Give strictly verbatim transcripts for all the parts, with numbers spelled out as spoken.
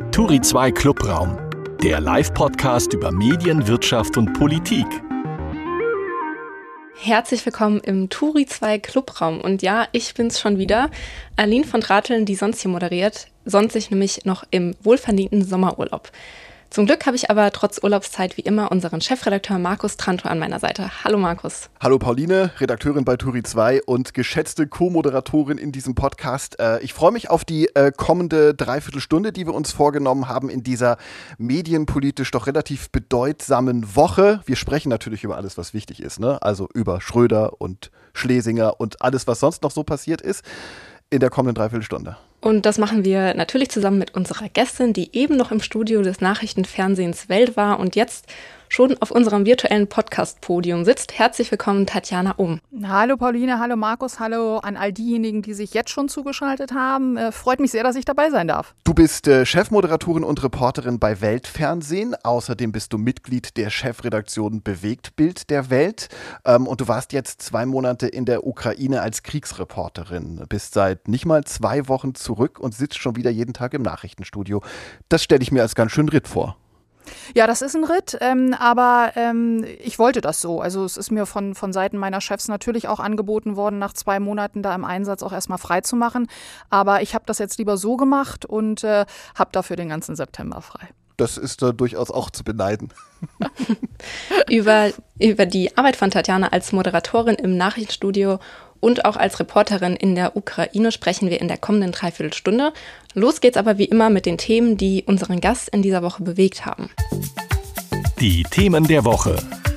Turi zwei Clubraum, der Live-Podcast über Medien, Wirtschaft und Politik. Herzlich willkommen im Turi zwei Clubraum. Und ja, ich bin's schon wieder, Aline von Drateln, die sonst hier moderiert, sonst ich nämlich noch im wohlverdienten Sommerurlaub. Zum Glück habe ich aber trotz Urlaubszeit wie immer unseren Chefredakteur Markus Trantor an meiner Seite. Hallo Markus. Hallo Pauline, Redakteurin bei Turi zwei und geschätzte Co-Moderatorin in diesem Podcast. Ich freue mich auf die kommende Dreiviertelstunde, die wir uns vorgenommen haben in dieser medienpolitisch doch relativ bedeutsamen Woche. Wir sprechen natürlich über alles, was wichtig ist, ne? Also über Schröder und Schlesinger und alles, was sonst noch so passiert ist in der kommenden Dreiviertelstunde. Und das machen wir natürlich zusammen mit unserer Gästin, die eben noch im Studio des Nachrichtenfernsehens Welt war und jetzt schon auf unserem virtuellen Podcast-Podium sitzt. Herzlich willkommen, Tatjana Ohm. Hallo Pauline, hallo Markus, hallo an all diejenigen, die sich jetzt schon zugeschaltet haben. Äh, freut mich sehr, dass ich dabei sein darf. Du bist äh, Chefmoderatorin und Reporterin bei Weltfernsehen. Außerdem bist du Mitglied der Chefredaktion Bewegtbild der Welt. Ähm, und du warst jetzt zwei Monate in der Ukraine als Kriegsreporterin. Bist seit nicht mal zwei Wochen zurück und sitzt schon wieder jeden Tag im Nachrichtenstudio. Das stelle ich mir als ganz schön Ritt vor. Ja, das ist ein Ritt, ähm, aber ähm, ich wollte das so. Also es ist mir von, von Seiten meiner Chefs natürlich auch angeboten worden, nach zwei Monaten da im Einsatz auch erstmal frei zu machen. Aber ich habe das jetzt lieber so gemacht und äh, habe dafür den ganzen September frei. Das ist da durchaus auch zu beneiden. über, über die Arbeit von Tatjana als Moderatorin im Nachrichtenstudio und auch als Reporterin in der Ukraine sprechen wir in der kommenden Dreiviertelstunde. Los geht's aber wie immer mit den Themen, die unseren Gast in dieser Woche bewegt haben. Die Themen der Woche.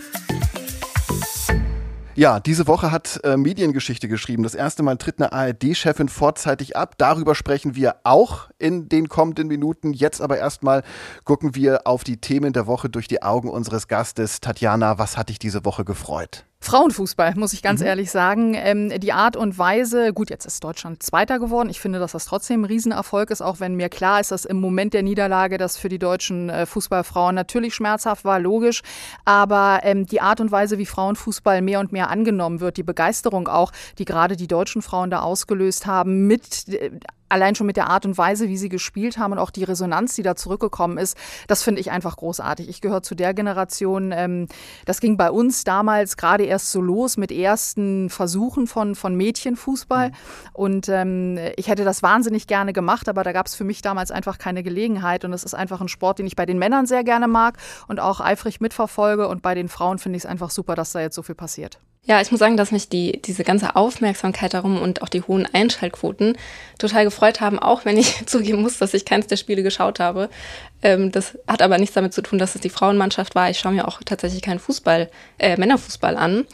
Ja, diese Woche hat äh, Mediengeschichte geschrieben. Das erste Mal tritt eine A R D-Chefin vorzeitig ab. Darüber sprechen wir auch in den kommenden Minuten. Jetzt aber erstmal gucken wir auf die Themen der Woche durch die Augen unseres Gastes. Tatjana, was hat dich diese Woche gefreut? Frauenfußball, muss ich ganz Mhm. ehrlich sagen. Ähm, die Art und Weise, gut, jetzt ist Deutschland Zweiter geworden. Ich finde, dass das trotzdem ein Riesenerfolg ist, auch wenn mir klar ist, dass im Moment der Niederlage das für die deutschen äh, Fußballfrauen natürlich schmerzhaft war, logisch. Aber ähm, die Art und Weise, wie Frauenfußball mehr und mehr angenommen wird, die Begeisterung auch, die gerade die deutschen Frauen da ausgelöst haben, mit äh, allein schon mit der Art und Weise, wie sie gespielt haben und auch die Resonanz, die da zurückgekommen ist, das finde ich einfach großartig. Ich gehöre zu der Generation, ähm, das ging bei uns damals gerade erst so los mit ersten Versuchen von, von Mädchenfußball. Mhm. Und ähm, ich hätte das wahnsinnig gerne gemacht, aber da gab es für mich damals einfach keine Gelegenheit. Und es ist einfach ein Sport, den ich bei den Männern sehr gerne mag und auch eifrig mitverfolge. Und bei den Frauen finde ich es einfach super, dass da jetzt so viel passiert. Ja, ich muss sagen, dass mich die diese ganze Aufmerksamkeit darum und auch die hohen Einschaltquoten total gefreut haben, auch wenn ich zugeben muss, dass ich keins der Spiele geschaut habe. Ähm, das hat aber nichts damit zu tun, dass es die Frauenmannschaft war. Ich schaue mir auch tatsächlich keinen Fußball, äh, Männerfußball an.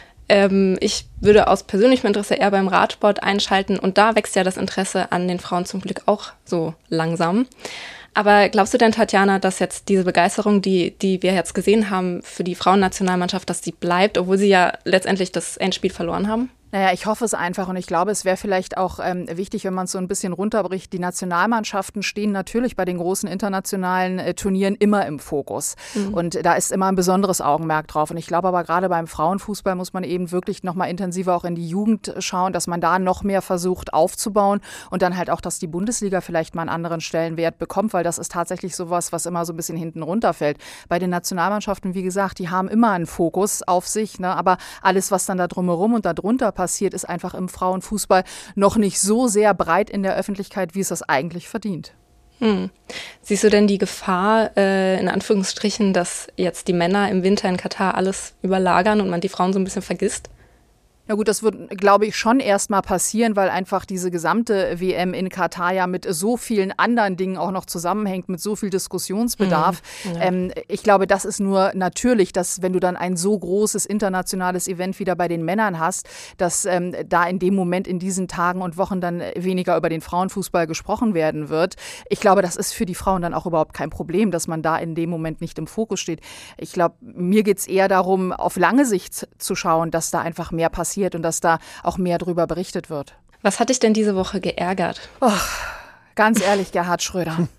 Ähm, ich würde aus persönlichem Interesse eher beim Radsport einschalten und da wächst ja das Interesse an den Frauen zum Glück auch so langsam. Aber glaubst du denn, Tatjana, dass jetzt diese Begeisterung, die, die wir jetzt gesehen haben für die Frauennationalmannschaft, dass die bleibt, obwohl sie ja letztendlich das Endspiel verloren haben? Naja, ich hoffe es einfach und ich glaube, es wäre vielleicht auch ähm, wichtig, wenn man es so ein bisschen runterbricht. Die Nationalmannschaften stehen natürlich bei den großen internationalen äh, Turnieren immer im Fokus. Mhm. Und da ist immer ein besonderes Augenmerk drauf. Und ich glaube aber gerade beim Frauenfußball muss man eben wirklich noch mal intensiver auch in die Jugend schauen, dass man da noch mehr versucht aufzubauen und dann halt auch, dass die Bundesliga vielleicht mal einen anderen Stellenwert bekommt, weil das ist tatsächlich sowas, was immer so ein bisschen hinten runterfällt. Bei den Nationalmannschaften, wie gesagt, die haben immer einen Fokus auf sich, ne? Aber alles, was dann da drumherum und da drunter passiert, passiert, ist einfach im Frauenfußball noch nicht so sehr breit in der Öffentlichkeit, wie es das eigentlich verdient. Hm. Siehst du denn die Gefahr, äh, in Anführungsstrichen, dass jetzt die Männer im Winter in Katar alles überlagern und man die Frauen so ein bisschen vergisst? Ja gut, das wird, glaube ich, schon erstmal passieren, weil einfach diese gesamte W M in Katar ja mit so vielen anderen Dingen auch noch zusammenhängt, mit so viel Diskussionsbedarf. Mhm. Ja. Ähm, ich glaube, das ist nur natürlich, dass wenn du dann ein so großes internationales Event wieder bei den Männern hast, dass ähm, da in dem Moment in diesen Tagen und Wochen dann weniger über den Frauenfußball gesprochen werden wird. Ich glaube, das ist für die Frauen dann auch überhaupt kein Problem, dass man da in dem Moment nicht im Fokus steht. Ich glaube, mir geht es eher darum, auf lange Sicht zu schauen, dass da einfach mehr passiert und dass da auch mehr drüber berichtet wird. Was hat dich denn diese Woche geärgert? Oh, ganz ehrlich, Gerhard Schröder.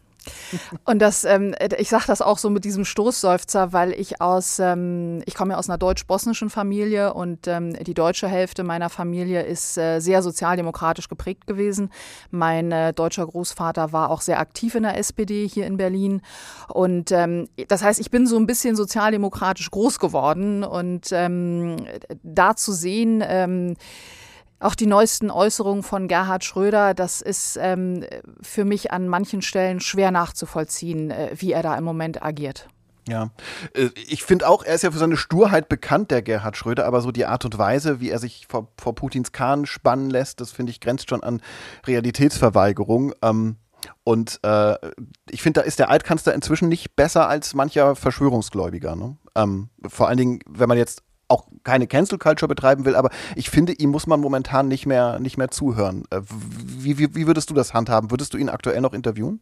Und das, ähm, ich sage das auch so mit diesem Stoßseufzer, weil ich aus, ähm, ich komme ja aus einer deutsch-bosnischen Familie und ähm, die deutsche Hälfte meiner Familie ist äh, sehr sozialdemokratisch geprägt gewesen. Mein äh, deutscher Großvater war auch sehr aktiv in der S P D hier in Berlin. Und ähm, das heißt, ich bin so ein bisschen sozialdemokratisch groß geworden. Und ähm, da zu sehen, ähm, auch die neuesten Äußerungen von Gerhard Schröder, das ist ähm, für mich an manchen Stellen schwer nachzuvollziehen, äh, wie er da im Moment agiert. Ja, ich finde auch, er ist ja für seine Sturheit bekannt, der Gerhard Schröder, aber so die Art und Weise, wie er sich vor, vor Putins Kahn spannen lässt, das finde ich grenzt schon an Realitätsverweigerung. Ähm, und äh, ich finde, da ist der Altkanzler inzwischen nicht besser als mancher Verschwörungsgläubiger. Ne? Ähm, vor allen Dingen, wenn man jetzt auch keine Cancel Culture betreiben will, aber ich finde, ihm muss man momentan nicht mehr, nicht mehr zuhören. Äh, wie, wie, wie würdest du das handhaben? Würdest du ihn aktuell noch interviewen?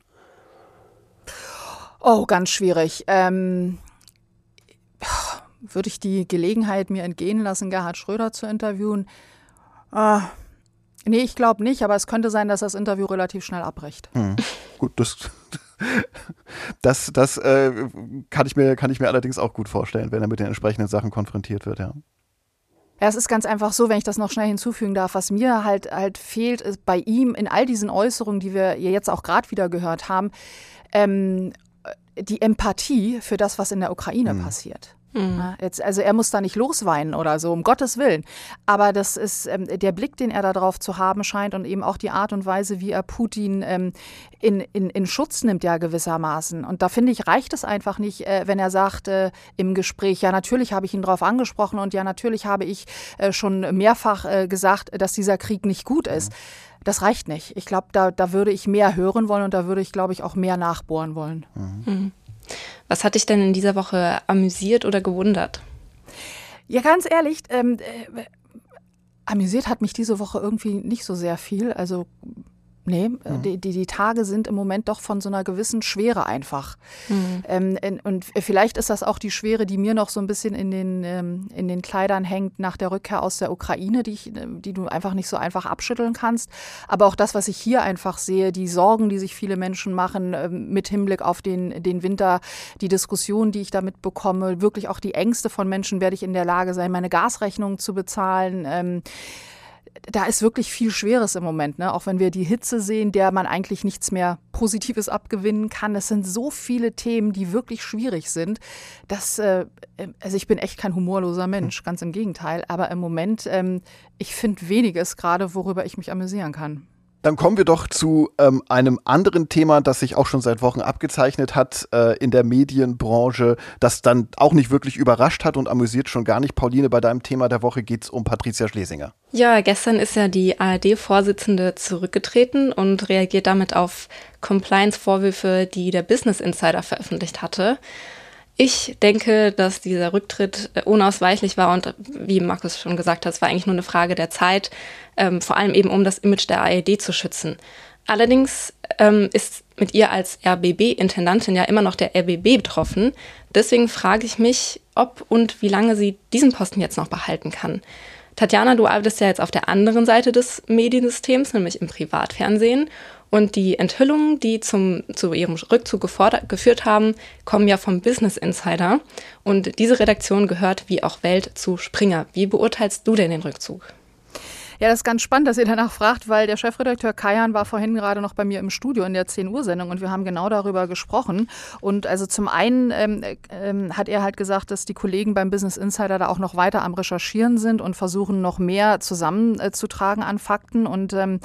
Oh, ganz schwierig. Ähm, würde ich die Gelegenheit mir entgehen lassen, Gerhard Schröder zu interviewen? Äh, nee, ich glaube nicht, aber es könnte sein, dass das Interview relativ schnell abbricht. Hm. Gut, das, das, das äh, kann ich mir, kann ich mir allerdings auch gut vorstellen, wenn er mit den entsprechenden Sachen konfrontiert wird, ja. Ja, es ist ganz einfach so, wenn ich das noch schnell hinzufügen darf, was mir halt, halt fehlt, ist bei ihm in all diesen Äußerungen, die wir jetzt auch gerade wieder gehört haben, ähm, die Empathie für das, was in der Ukraine mhm. passiert. Mhm. Ja, jetzt, also er muss da nicht losweinen oder so, um Gottes Willen. Aber das ist ähm, der Blick, den er da drauf zu haben scheint und eben auch die Art und Weise, wie er Putin ähm, in, in, in Schutz nimmt, ja gewissermaßen. Und da finde ich, reicht es einfach nicht, äh, wenn er sagt äh, im Gespräch, ja natürlich habe ich ihn drauf angesprochen und ja natürlich habe ich äh, schon mehrfach äh, gesagt, dass dieser Krieg nicht gut ist. Mhm. Das reicht nicht. Ich glaube, da, da würde ich mehr hören wollen und da würde ich, glaube ich, auch mehr nachbohren wollen. Mhm. Was hat dich denn in dieser Woche amüsiert oder gewundert? Ja, ganz ehrlich, ähm, äh, amüsiert hat mich diese Woche irgendwie nicht so sehr viel. Also nee, mhm. die, die, die Tage sind im Moment doch von so einer gewissen Schwere einfach. Mhm. Ähm, in, und vielleicht ist das auch die Schwere, die mir noch so ein bisschen in den, ähm, in den Kleidern hängt nach der Rückkehr aus der Ukraine, die, ich, die du einfach nicht so einfach abschütteln kannst. Aber auch das, was ich hier einfach sehe, die Sorgen, die sich viele Menschen machen ähm, mit Hinblick auf den, den Winter, die Diskussionen, die ich damit bekomme, wirklich auch die Ängste von Menschen, werde ich in der Lage sein, meine Gasrechnung zu bezahlen, ähm, da ist wirklich viel Schweres im Moment, ne? Auch wenn wir die Hitze sehen, der man eigentlich nichts mehr Positives abgewinnen kann. Es sind so viele Themen, die wirklich schwierig sind, dass, äh, also ich bin echt kein humorloser Mensch, ganz im Gegenteil. Aber im Moment, ähm, ich finde weniges gerade, worüber ich mich amüsieren kann. Dann kommen wir doch zu ähm, einem anderen Thema, das sich auch schon seit Wochen abgezeichnet hat äh, in der Medienbranche, das dann auch nicht wirklich überrascht hat und amüsiert schon gar nicht. Pauline, bei deinem Thema der Woche geht es um Patricia Schlesinger. Ja, gestern ist ja die A R D-Vorsitzende zurückgetreten und reagiert damit auf Compliance-Vorwürfe, die der Business Insider veröffentlicht hatte. Ich denke, dass dieser Rücktritt unausweichlich war und wie Markus schon gesagt hat, es war eigentlich nur eine Frage der Zeit, ähm, vor allem eben um das Image der A R D zu schützen. Allerdings ähm, ist mit ihr als R B B-Intendantin ja immer noch der R B B betroffen. Deswegen frage ich mich, ob und wie lange sie diesen Posten jetzt noch behalten kann. Tatjana, du arbeitest ja jetzt auf der anderen Seite des Mediensystems, nämlich im Privatfernsehen. Und die Enthüllungen, die zum, zu ihrem Rückzug gefordert, geführt haben, kommen ja vom Business Insider. Und diese Redaktion gehört wie auch Welt zu Springer. Wie beurteilst du denn den Rückzug? Ja, das ist ganz spannend, dass ihr danach fragt, weil der Chefredakteur Kajan war vorhin gerade noch bei mir im Studio in der zehn Uhr Sendung und wir haben genau darüber gesprochen. Und also zum einen ähm, ähm, hat er halt gesagt, dass die Kollegen beim Business Insider da auch noch weiter am Recherchieren sind und versuchen noch mehr zusammenzutragen an Fakten. Und ähm,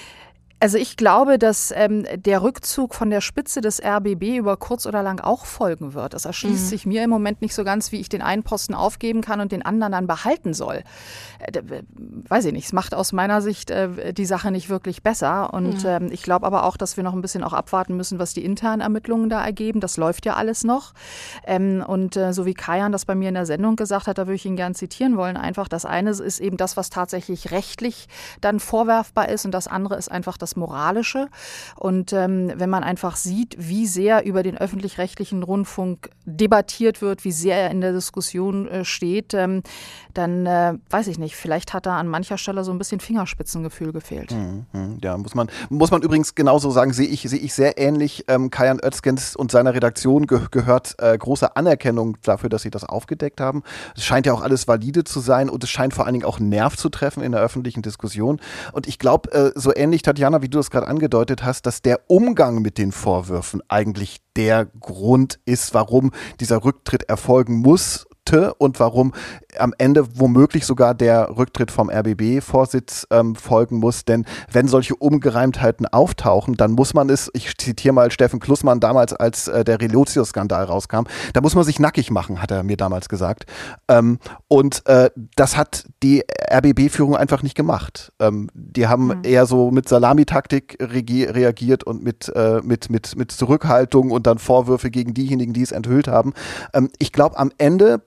Also ich glaube, dass ähm, der Rückzug von der Spitze des R B B über kurz oder lang auch folgen wird. Es erschließt mhm. sich mir im Moment nicht so ganz, wie ich den einen Posten aufgeben kann und den anderen dann behalten soll. Äh, weiß ich nicht, es macht aus meiner Sicht äh, die Sache nicht wirklich besser. Und mhm. ähm, ich glaube aber auch, dass wir noch ein bisschen auch abwarten müssen, was die internen Ermittlungen da ergeben. Das läuft ja alles noch. Ähm, und äh, so wie Kajan das bei mir in der Sendung gesagt hat, da würde ich ihn gern zitieren wollen. Einfach das eine ist eben das, was tatsächlich rechtlich dann vorwerfbar ist und das andere ist einfach das Moralische. Und ähm, wenn man einfach sieht, wie sehr über den öffentlich-rechtlichen Rundfunk debattiert wird, wie sehr er in der Diskussion äh, steht, ähm, dann äh, weiß ich nicht, vielleicht hat da an mancher Stelle so ein bisschen Fingerspitzengefühl gefehlt. Mhm, ja, muss man, muss man übrigens genauso sagen, sehe ich, sehe ich sehr ähnlich. Ähm, Kajan Özgens und seiner Redaktion ge- gehört äh, große Anerkennung dafür, dass sie das aufgedeckt haben. Es scheint ja auch alles valide zu sein und es scheint vor allen Dingen auch Nerv zu treffen in der öffentlichen Diskussion. Und ich glaube, äh, so ähnlich, Tatjana, wie du das gerade angedeutet hast, dass der Umgang mit den Vorwürfen eigentlich der Grund ist, warum dieser Rücktritt erfolgen muss und warum am Ende womöglich sogar der Rücktritt vom R B B-Vorsitz ähm, folgen muss. Denn wenn solche Ungereimtheiten auftauchen, dann muss man es, ich zitiere mal Steffen Klussmann damals, als äh, der Relotius-Skandal rauskam, da muss man sich nackig machen, hat er mir damals gesagt. Ähm, und äh, das hat die R B B-Führung einfach nicht gemacht. Ähm, die haben mhm. eher so mit Salamitaktik regi- reagiert und mit, äh, mit, mit, mit Zurückhaltung und dann Vorwürfe gegen diejenigen, die es enthüllt haben. Ähm, ich glaube, am Ende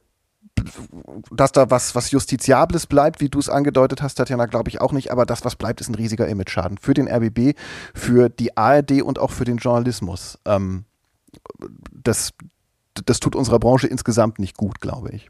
dass da was, was Justiziables bleibt, wie du es angedeutet hast, Tatjana, glaube ich auch nicht, aber das, was bleibt, ist ein riesiger Image-Schaden für den R B B, für die A R D und auch für den Journalismus. Ähm, das, das tut unserer Branche insgesamt nicht gut, glaube ich.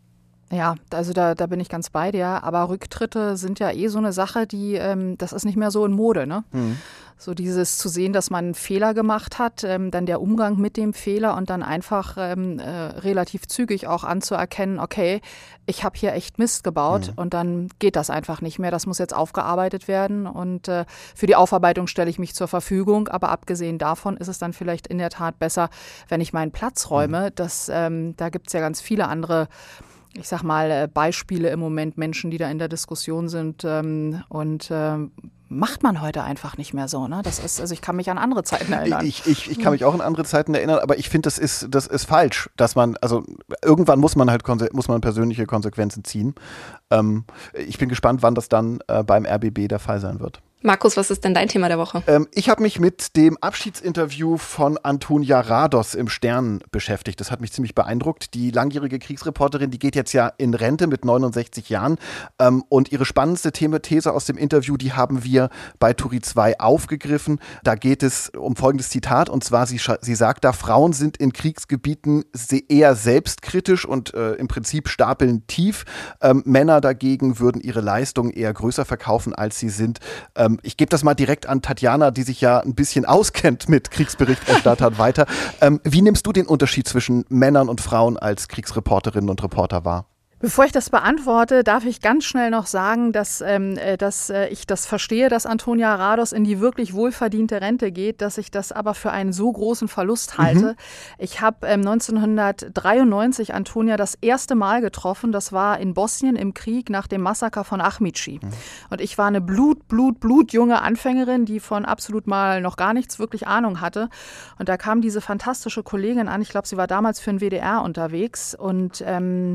Ja, also da, da bin ich ganz bei dir, aber Rücktritte sind ja eh so eine Sache, die, ähm, das ist nicht mehr so in Mode, ne? Mhm. So dieses zu sehen, dass man einen Fehler gemacht hat, ähm, dann der Umgang mit dem Fehler und dann einfach ähm, äh, relativ zügig auch anzuerkennen, okay, ich habe hier echt Mist gebaut mhm. und dann geht das einfach nicht mehr, das muss jetzt aufgearbeitet werden und äh, für die Aufarbeitung stelle ich mich zur Verfügung, aber abgesehen davon ist es dann vielleicht in der Tat besser, wenn ich meinen Platz räume, mhm. das, ähm, da gibt es ja ganz viele andere ich sag mal, Beispiele im Moment, Menschen, die da in der Diskussion sind ähm, und ähm, macht man heute einfach nicht mehr so, ne? Das ist, also ich kann mich an andere Zeiten erinnern. Ich, ich, ich kann mich auch an andere Zeiten erinnern, aber ich finde, das ist, das ist falsch, dass man, also irgendwann muss man halt muss man persönliche Konsequenzen ziehen. Ähm, ich bin gespannt, wann das dann äh, beim R B B der Fall sein wird. Markus, was ist denn dein Thema der Woche? Ähm, ich habe mich mit dem Abschiedsinterview von Antonia Rados im Stern beschäftigt. Das hat mich ziemlich beeindruckt. Die langjährige Kriegsreporterin, die geht jetzt ja in Rente mit neunundsechzig Jahren. Ähm, und ihre spannendste These aus dem Interview, die haben wir bei Turi zwei aufgegriffen. Da geht es um folgendes Zitat. Und zwar, sie, sie sagt da, Frauen sind in Kriegsgebieten eher selbstkritisch und äh, im Prinzip stapeln tief. Ähm, Männer dagegen würden ihre Leistungen eher größer verkaufen, als sie sind. Ähm, Ich gebe das mal direkt an Tatjana, die sich ja ein bisschen auskennt mit Kriegsberichterstattern weiter. Ähm, wie nimmst du den Unterschied zwischen Männern und Frauen als Kriegsreporterinnen und Reporter wahr? Bevor ich das beantworte, darf ich ganz schnell noch sagen, dass, ähm, dass äh, ich das verstehe, dass Antonia Rados in die wirklich wohlverdiente Rente geht, dass ich das aber für einen so großen Verlust halte. Mhm. Ich habe ähm, neunzehnhundertdreiundneunzig Antonia das erste Mal getroffen. Das war in Bosnien im Krieg nach dem Massaker von Ahmići. Mhm. Und ich war eine Blut, Blut, Blut junge Anfängerin, die von absolut mal noch gar nichts wirklich Ahnung hatte. Und da kam diese fantastische Kollegin an. Ich glaube, sie war damals für den W D R unterwegs und ähm,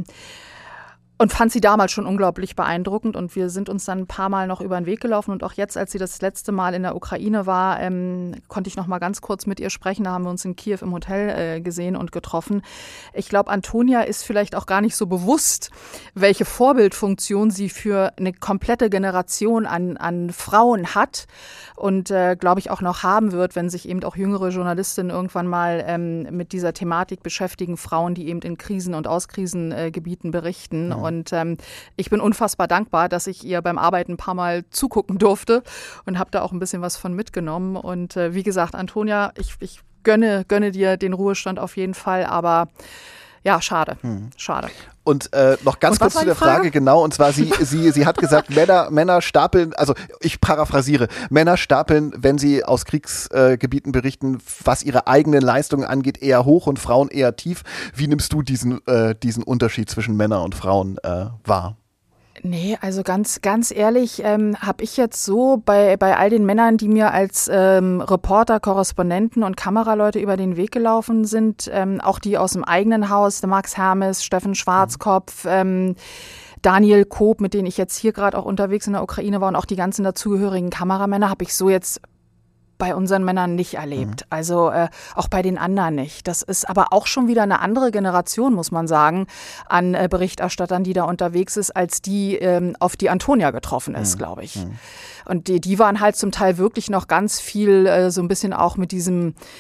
Und fand sie damals schon unglaublich beeindruckend und wir sind uns dann ein paar Mal noch über den Weg gelaufen und auch jetzt, als sie das letzte Mal in der Ukraine war, ähm, konnte ich noch mal ganz kurz mit ihr sprechen. Da haben wir uns in Kiew im Hotel äh, gesehen und getroffen. Ich glaube, Antonia ist vielleicht auch gar nicht so bewusst, welche Vorbildfunktion sie für eine komplette Generation an, an Frauen hat und äh, glaube ich auch noch haben wird, wenn sich eben auch jüngere Journalistinnen irgendwann mal ähm, mit dieser Thematik beschäftigen, Frauen, die eben in Krisen- und Auskrisengebieten äh, berichten. Ja. Und ähm, ich bin unfassbar dankbar, dass ich ihr beim Arbeiten ein paar Mal zugucken durfte und habe da auch ein bisschen was von mitgenommen. Und äh, wie gesagt, Antonia, ich, ich gönne, gönne dir den Ruhestand auf jeden Fall, aber ja, schade, hm. schade. Und äh, noch ganz kurz zu der Frage? Frage, genau, und zwar sie, sie, sie hat gesagt, Männer, Männer stapeln, also ich paraphrasiere, Männer stapeln, wenn sie aus Kriegsgebieten äh, berichten, was ihre eigenen Leistungen angeht, eher hoch und Frauen eher tief. Wie nimmst du diesen, äh, diesen Unterschied zwischen Männern und Frauen äh, wahr? Nee, also ganz, ganz ehrlich, ähm, habe ich jetzt so bei, bei all den Männern, die mir als ähm, Reporter, Korrespondenten und Kameraleute über den Weg gelaufen sind, ähm, auch die aus dem eigenen Haus, der Max Hermes, Steffen Schwarzkopf, ähm, Daniel Koop, mit denen ich jetzt hier gerade auch unterwegs in der Ukraine war und auch die ganzen dazugehörigen Kameramänner, habe ich so jetzt bei unseren Männern nicht erlebt. Mhm. Also äh, auch bei den anderen nicht. Das ist aber auch schon wieder eine andere Generation, muss man sagen, an äh, Berichterstattern, die da unterwegs ist, als die, ähm, auf die Antonia getroffen ist, mhm. glaube ich. Mhm. Und die, die waren halt zum Teil wirklich noch ganz viel äh, so ein bisschen auch mit diesem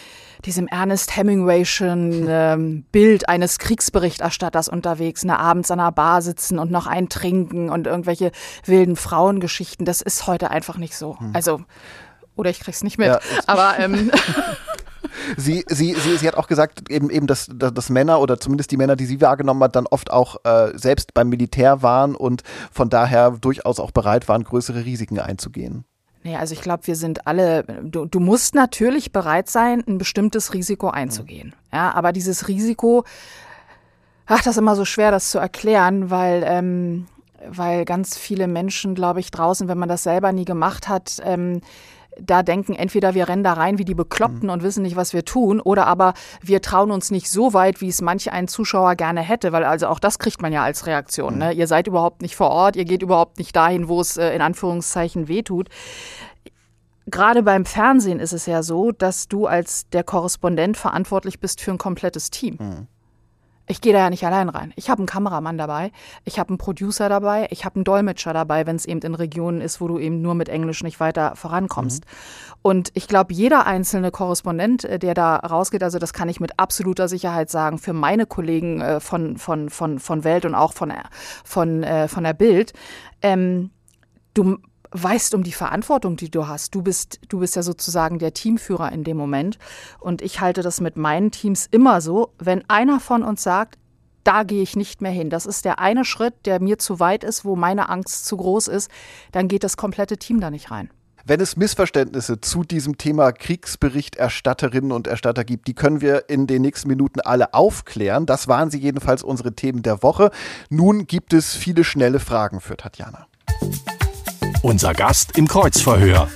diesem Ernest Hemingway'schen ähm, Bild eines Kriegsberichterstatters unterwegs, ne, abends an einer Bar sitzen und noch einen trinken und irgendwelche wilden Frauengeschichten. Das ist heute einfach nicht so. Hm. Also, oder ich krieg's nicht mit. Ja, aber ähm, Sie, sie, sie, sie hat auch gesagt, eben, eben dass, dass Männer oder zumindest die Männer, die sie wahrgenommen hat, dann oft auch äh, selbst beim Militär waren und von daher durchaus auch bereit waren, größere Risiken einzugehen. Nee, also ich glaube, wir sind alle, du, du musst natürlich bereit sein, ein bestimmtes Risiko einzugehen. Mhm. Ja, aber dieses Risiko, ach, das ist immer so schwer, das zu erklären, weil, ähm, weil ganz viele Menschen, glaube ich, draußen, wenn man das selber nie gemacht hat, ähm, da denken, entweder wir rennen da rein wie die Bekloppten mhm. und wissen nicht, was wir tun, oder aber wir trauen uns nicht so weit, wie es manch ein Zuschauer gerne hätte, weil also auch das kriegt man ja als Reaktion. Mhm. Ne? Ihr seid überhaupt nicht vor Ort, ihr geht überhaupt nicht dahin, wo es äh, in Anführungszeichen wehtut. Gerade beim Fernsehen ist es ja so, dass du als der Korrespondent verantwortlich bist für ein komplettes Team. Mhm. Ich gehe da ja nicht allein rein. Ich habe einen Kameramann dabei, ich habe einen Producer dabei, ich habe einen Dolmetscher dabei, wenn es eben in Regionen ist, wo du eben nur mit Englisch nicht weiter vorankommst. Mhm. Und ich glaube, jeder einzelne Korrespondent, der da rausgeht, also das kann ich mit absoluter Sicherheit sagen, für meine Kollegen äh, von, von, von, von Welt und auch von, von, äh, von der Bild, ähm, du weißt um die Verantwortung, die du hast. Du bist, du bist ja sozusagen der Teamführer in dem Moment. Und ich halte das mit meinen Teams immer so, wenn einer von uns sagt, da gehe ich nicht mehr hin. Das ist der eine Schritt, der mir zu weit ist, wo meine Angst zu groß ist, dann geht das komplette Team da nicht rein. Wenn es Missverständnisse zu diesem Thema Kriegsberichterstatterinnen und Erstatter gibt, die können wir in den nächsten Minuten alle aufklären. Das waren sie jedenfalls unsere Themen der Woche. Nun gibt es viele schnelle Fragen für Tatjana. Unser Gast im Kreuzverhör.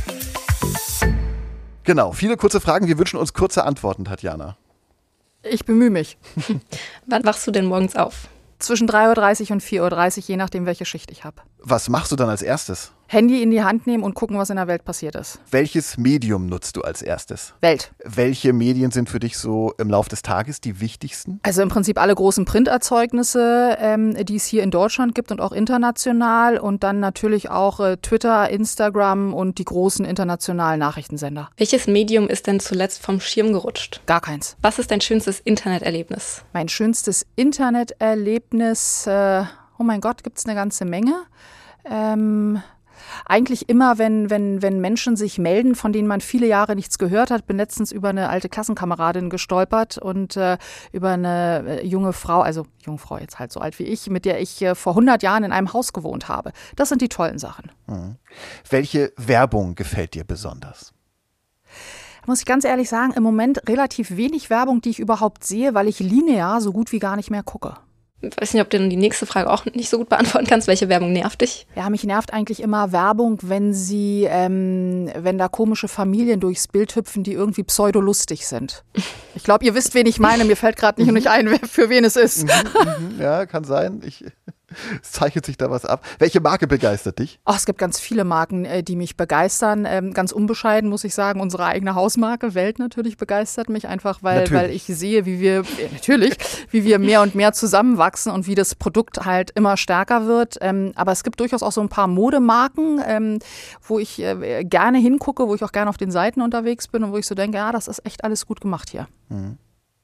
Genau, viele kurze Fragen. Wir wünschen uns kurze Antworten, Tatjana. Ich bemühe mich. Wann wachst du denn morgens auf? Zwischen drei Uhr dreißig und vier Uhr dreißig, je nachdem, welche Schicht ich habe. Was machst du dann als erstes? Handy in die Hand nehmen und gucken, was in der Welt passiert ist. Welches Medium nutzt du als erstes? Welt. Welche Medien sind für dich so im Laufe des Tages die wichtigsten? Also im Prinzip alle großen Printerzeugnisse, ähm, die es hier in Deutschland gibt und auch international. Und dann natürlich auch äh, Twitter, Instagram und die großen internationalen Nachrichtensender. Welches Medium ist denn zuletzt vom Schirm gerutscht? Gar keins. Was ist dein schönstes Interneterlebnis? Mein schönstes Interneterlebnis, äh, oh mein Gott, gibt es eine ganze Menge. Ähm... Eigentlich immer, wenn, wenn, wenn Menschen sich melden, von denen man viele Jahre nichts gehört hat. Bin letztens über eine alte Klassenkameradin gestolpert und äh, über eine junge Frau, also Jungfrau jetzt halt so alt wie ich, mit der ich äh, vor hundert Jahren in einem Haus gewohnt habe. Das sind die tollen Sachen. Mhm. Welche Werbung gefällt dir besonders? Muss ich ganz ehrlich sagen, im Moment relativ wenig Werbung, die ich überhaupt sehe, weil ich linear so gut wie gar nicht mehr gucke. Ich weiß nicht, ob du die nächste Frage auch nicht so gut beantworten kannst. Welche Werbung nervt dich? Ja, mich nervt eigentlich immer Werbung, wenn sie, ähm, wenn da komische Familien durchs Bild hüpfen, die irgendwie pseudolustig sind. Ich glaube, ihr wisst, wen ich meine. Mir fällt gerade nicht, nicht ein, für wen es ist. Ja, kann sein. Ich, es zeichnet sich da was ab. Welche Marke begeistert dich? Oh, es gibt ganz viele Marken, die mich begeistern. Ähm, ganz unbescheiden muss ich sagen, unsere eigene Hausmarke Welt natürlich begeistert mich einfach, weil, weil ich sehe, wie wir, äh, natürlich, wie wir mehr und mehr zusammenwachsen und wie das Produkt halt immer stärker wird. Ähm, aber es gibt durchaus auch so ein paar Modemarken, ähm, wo ich äh, gerne hingucke, wo ich auch gerne auf den Seiten unterwegs bin und wo ich so denke, ja, das ist echt alles gut gemacht hier. Mhm.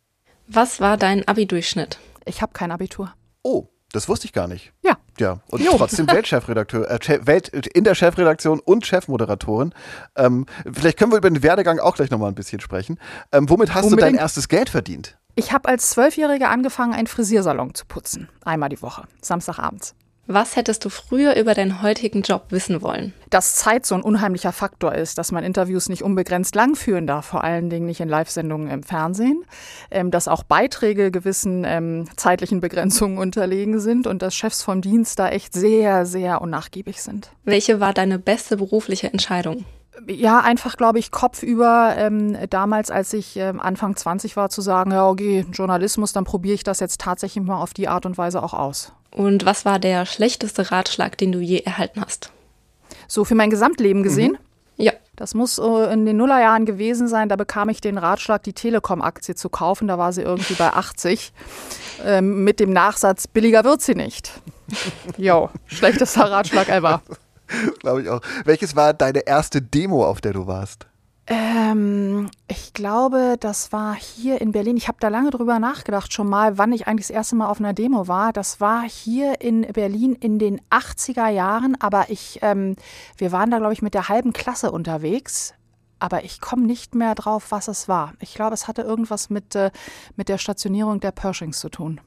Was war dein Abi-Durchschnitt? Ich habe kein Abitur. Oh. Das wusste ich gar nicht. Ja. Ja, und jo. trotzdem Weltchefredakteur, äh, Welt in der Chefredaktion und Chefmoderatorin. Ähm, vielleicht können wir über den Werdegang auch gleich nochmal ein bisschen sprechen. Ähm, womit hast Unbedingt. du dein erstes Geld verdient? Ich habe als Zwölfjährige angefangen, einen Frisiersalon zu putzen. Einmal die Woche, Samstagabends. Was hättest du früher über deinen heutigen Job wissen wollen? Dass Zeit so ein unheimlicher Faktor ist, dass man Interviews nicht unbegrenzt lang führen darf, vor allen Dingen nicht in Live-Sendungen im Fernsehen, ähm, dass auch Beiträge gewissen ähm, zeitlichen Begrenzungen unterlegen sind und dass Chefs vom Dienst da echt sehr, sehr unnachgiebig sind. Welche war deine beste berufliche Entscheidung? Ja, einfach, glaube ich, kopfüber ähm, damals, als ich ähm, Anfang zwanzig war, zu sagen, ja, okay, Journalismus, dann probiere ich das jetzt tatsächlich mal auf die Art und Weise auch aus. Und was war der schlechteste Ratschlag, den du je erhalten hast? So für mein Gesamtleben gesehen? Mhm. Ja. Das muss äh, in den Nullerjahren gewesen sein. Da bekam ich den Ratschlag, die Telekom-Aktie zu kaufen. Da war sie irgendwie bei achtzig. Ähm, mit dem Nachsatz, billiger wird sie nicht. Jo, schlechtester Ratschlag ever. Glaube ich auch. Welches war deine erste Demo, auf der du warst? Ähm, ich glaube, das war hier in Berlin. Ich habe da lange drüber nachgedacht schon mal, wann ich eigentlich das erste Mal auf einer Demo war. Das war hier in Berlin in den achtziger Jahren. Aber ich, ähm, wir waren da, glaube ich, mit der halben Klasse unterwegs. Aber ich komme nicht mehr drauf, was es war. Ich glaube, es hatte irgendwas mit, äh, mit der Stationierung der Pershings zu tun.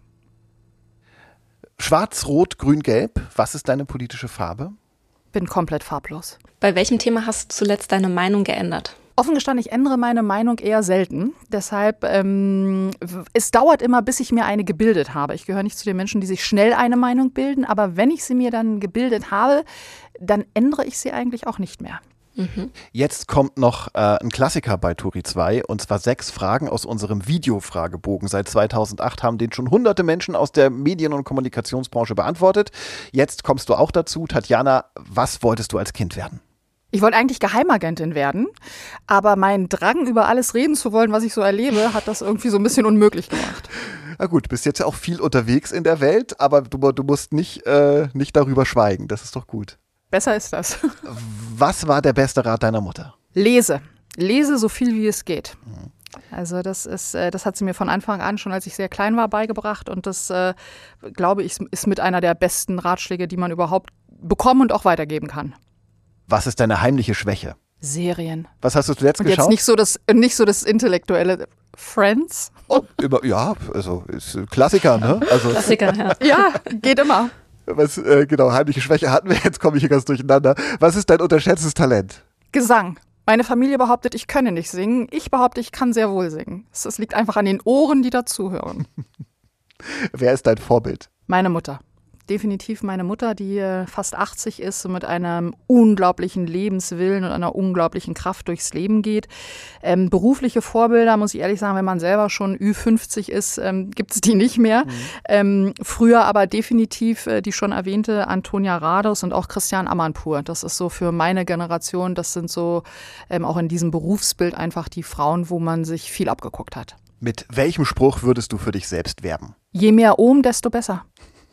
Schwarz, Rot, Grün, Gelb. Was ist deine politische Farbe? Bin komplett farblos. Bei welchem Thema hast du zuletzt deine Meinung geändert? Offen gestanden, ich ändere meine Meinung eher selten. Deshalb, ähm, es dauert immer, bis ich mir eine gebildet habe. Ich gehöre nicht zu den Menschen, die sich schnell eine Meinung bilden. Aber wenn ich sie mir dann gebildet habe, dann ändere ich sie eigentlich auch nicht mehr. Mhm. Jetzt kommt noch äh, ein Klassiker bei Turi zwei, und zwar sechs Fragen aus unserem Videofragebogen. Seit zweitausendacht haben den schon hunderte Menschen aus der Medien- und Kommunikationsbranche beantwortet. Jetzt kommst du auch dazu. Tatjana, was wolltest du als Kind werden? Ich wollte eigentlich Geheimagentin werden, aber mein Drang, über alles reden zu wollen, was ich so erlebe, hat das irgendwie so ein bisschen unmöglich gemacht. Na gut, bist jetzt ja auch viel unterwegs in der Welt, aber du, du musst nicht, äh, nicht darüber schweigen. Das ist doch gut. Besser ist das. Was war der beste Rat deiner Mutter? Lese. Lese so viel, wie es geht. Also das ist, das hat sie mir von Anfang an, schon als ich sehr klein war, beigebracht. Und das, äh, glaube ich, ist mit einer der besten Ratschläge, die man überhaupt bekommen und auch weitergeben kann. Was ist deine heimliche Schwäche? Serien. Was hast du zuletzt und geschaut? Und jetzt nicht so das, nicht so das intellektuelle. Friends? Oh, über, ja, also ist ein Klassiker, ne? Also, Klassiker, ja. Ja, geht immer. Was, äh, genau, heimliche Schwäche hatten wir, jetzt komme ich hier ganz durcheinander. Was ist dein unterschätztes Talent? Gesang. Meine Familie behauptet, ich könne nicht singen. Ich behaupte, ich kann sehr wohl singen. Es liegt einfach an den Ohren, die dazuhören. Wer ist dein Vorbild? Meine Mutter. Definitiv meine Mutter, die äh, fast achtzig ist und mit einem unglaublichen Lebenswillen und einer unglaublichen Kraft durchs Leben geht. Ähm, berufliche Vorbilder, muss ich ehrlich sagen, wenn man selber schon Ü fünfzig ist, ähm, gibt es die nicht mehr. Mhm. Ähm, früher aber definitiv äh, die schon erwähnte Antonia Rados und auch Christian Amanpour. Das ist so für meine Generation, das sind so ähm, auch in diesem Berufsbild einfach die Frauen, wo man sich viel abgeguckt hat. Mit welchem Spruch würdest du für dich selbst werben? Je mehr Ohm, desto besser.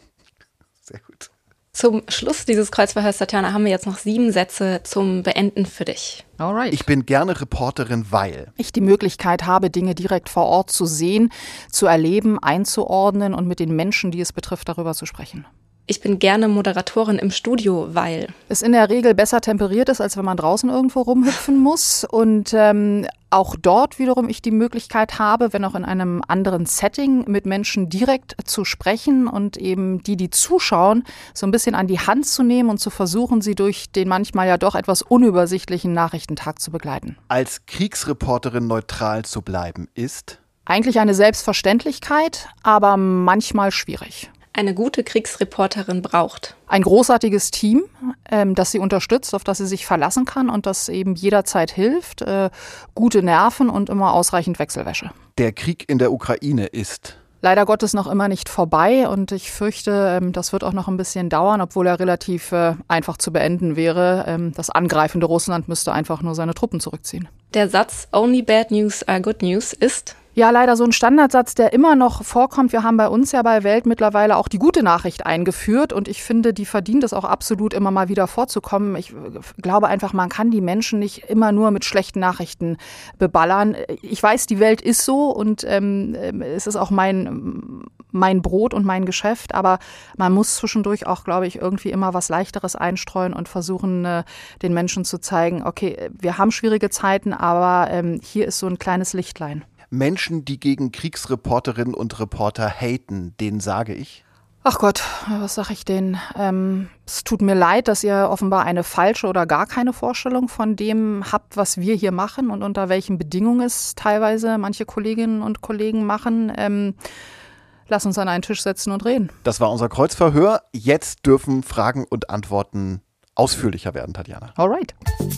Sehr gut. Zum Schluss dieses Kreuzverhörs, Tatjana, haben wir jetzt noch sieben Sätze zum Beenden für dich. Alright. Ich bin gerne Reporterin, weil ich die Möglichkeit habe, Dinge direkt vor Ort zu sehen, zu erleben, einzuordnen und mit den Menschen, die es betrifft, darüber zu sprechen. Ich bin gerne Moderatorin im Studio, weil es in der Regel besser temperiert ist, als wenn man draußen irgendwo rumhüpfen muss. Und ähm, auch dort wiederum ich die Möglichkeit habe, wenn auch in einem anderen Setting, mit Menschen direkt zu sprechen und eben die, die zuschauen, so ein bisschen an die Hand zu nehmen und zu versuchen, sie durch den manchmal ja doch etwas unübersichtlichen Nachrichtentag zu begleiten. Als Kriegsreporterin neutral zu bleiben ist eigentlich eine Selbstverständlichkeit, aber manchmal schwierig. Eine gute Kriegsreporterin braucht ein großartiges Team, ähm, das sie unterstützt, auf das sie sich verlassen kann und das eben jederzeit hilft, äh, gute Nerven und immer ausreichend Wechselwäsche. Der Krieg in der Ukraine ist leider Gottes noch immer nicht vorbei und ich fürchte, ähm, das wird auch noch ein bisschen dauern, obwohl er relativ äh, einfach zu beenden wäre. Ähm, das angreifende Russland müsste einfach nur seine Truppen zurückziehen. Der Satz "Only bad news are good news" ist ja leider so ein Standardsatz, der immer noch vorkommt. Wir haben bei uns ja bei Welt mittlerweile auch die gute Nachricht eingeführt und ich finde, die verdient es auch absolut, immer mal wieder vorzukommen. Ich glaube einfach, man kann die Menschen nicht immer nur mit schlechten Nachrichten beballern. Ich weiß, die Welt ist so und ähm, es ist auch mein, mein Brot und mein Geschäft, aber man muss zwischendurch auch, glaube ich, irgendwie immer was Leichteres einstreuen und versuchen, äh, den Menschen zu zeigen, okay, wir haben schwierige Zeiten, aber ähm, hier ist so ein kleines Lichtlein. Menschen, die gegen Kriegsreporterinnen und Reporter haten, denen sage ich? Ach Gott, was sag ich denen? Ähm, es tut mir leid, dass ihr offenbar eine falsche oder gar keine Vorstellung von dem habt, was wir hier machen und unter welchen Bedingungen es teilweise manche Kolleginnen und Kollegen machen. Ähm, lass uns an einen Tisch setzen und reden. Das war unser Kreuzverhör. Jetzt dürfen Fragen und Antworten ausführlicher werden, Tatjana. Alright.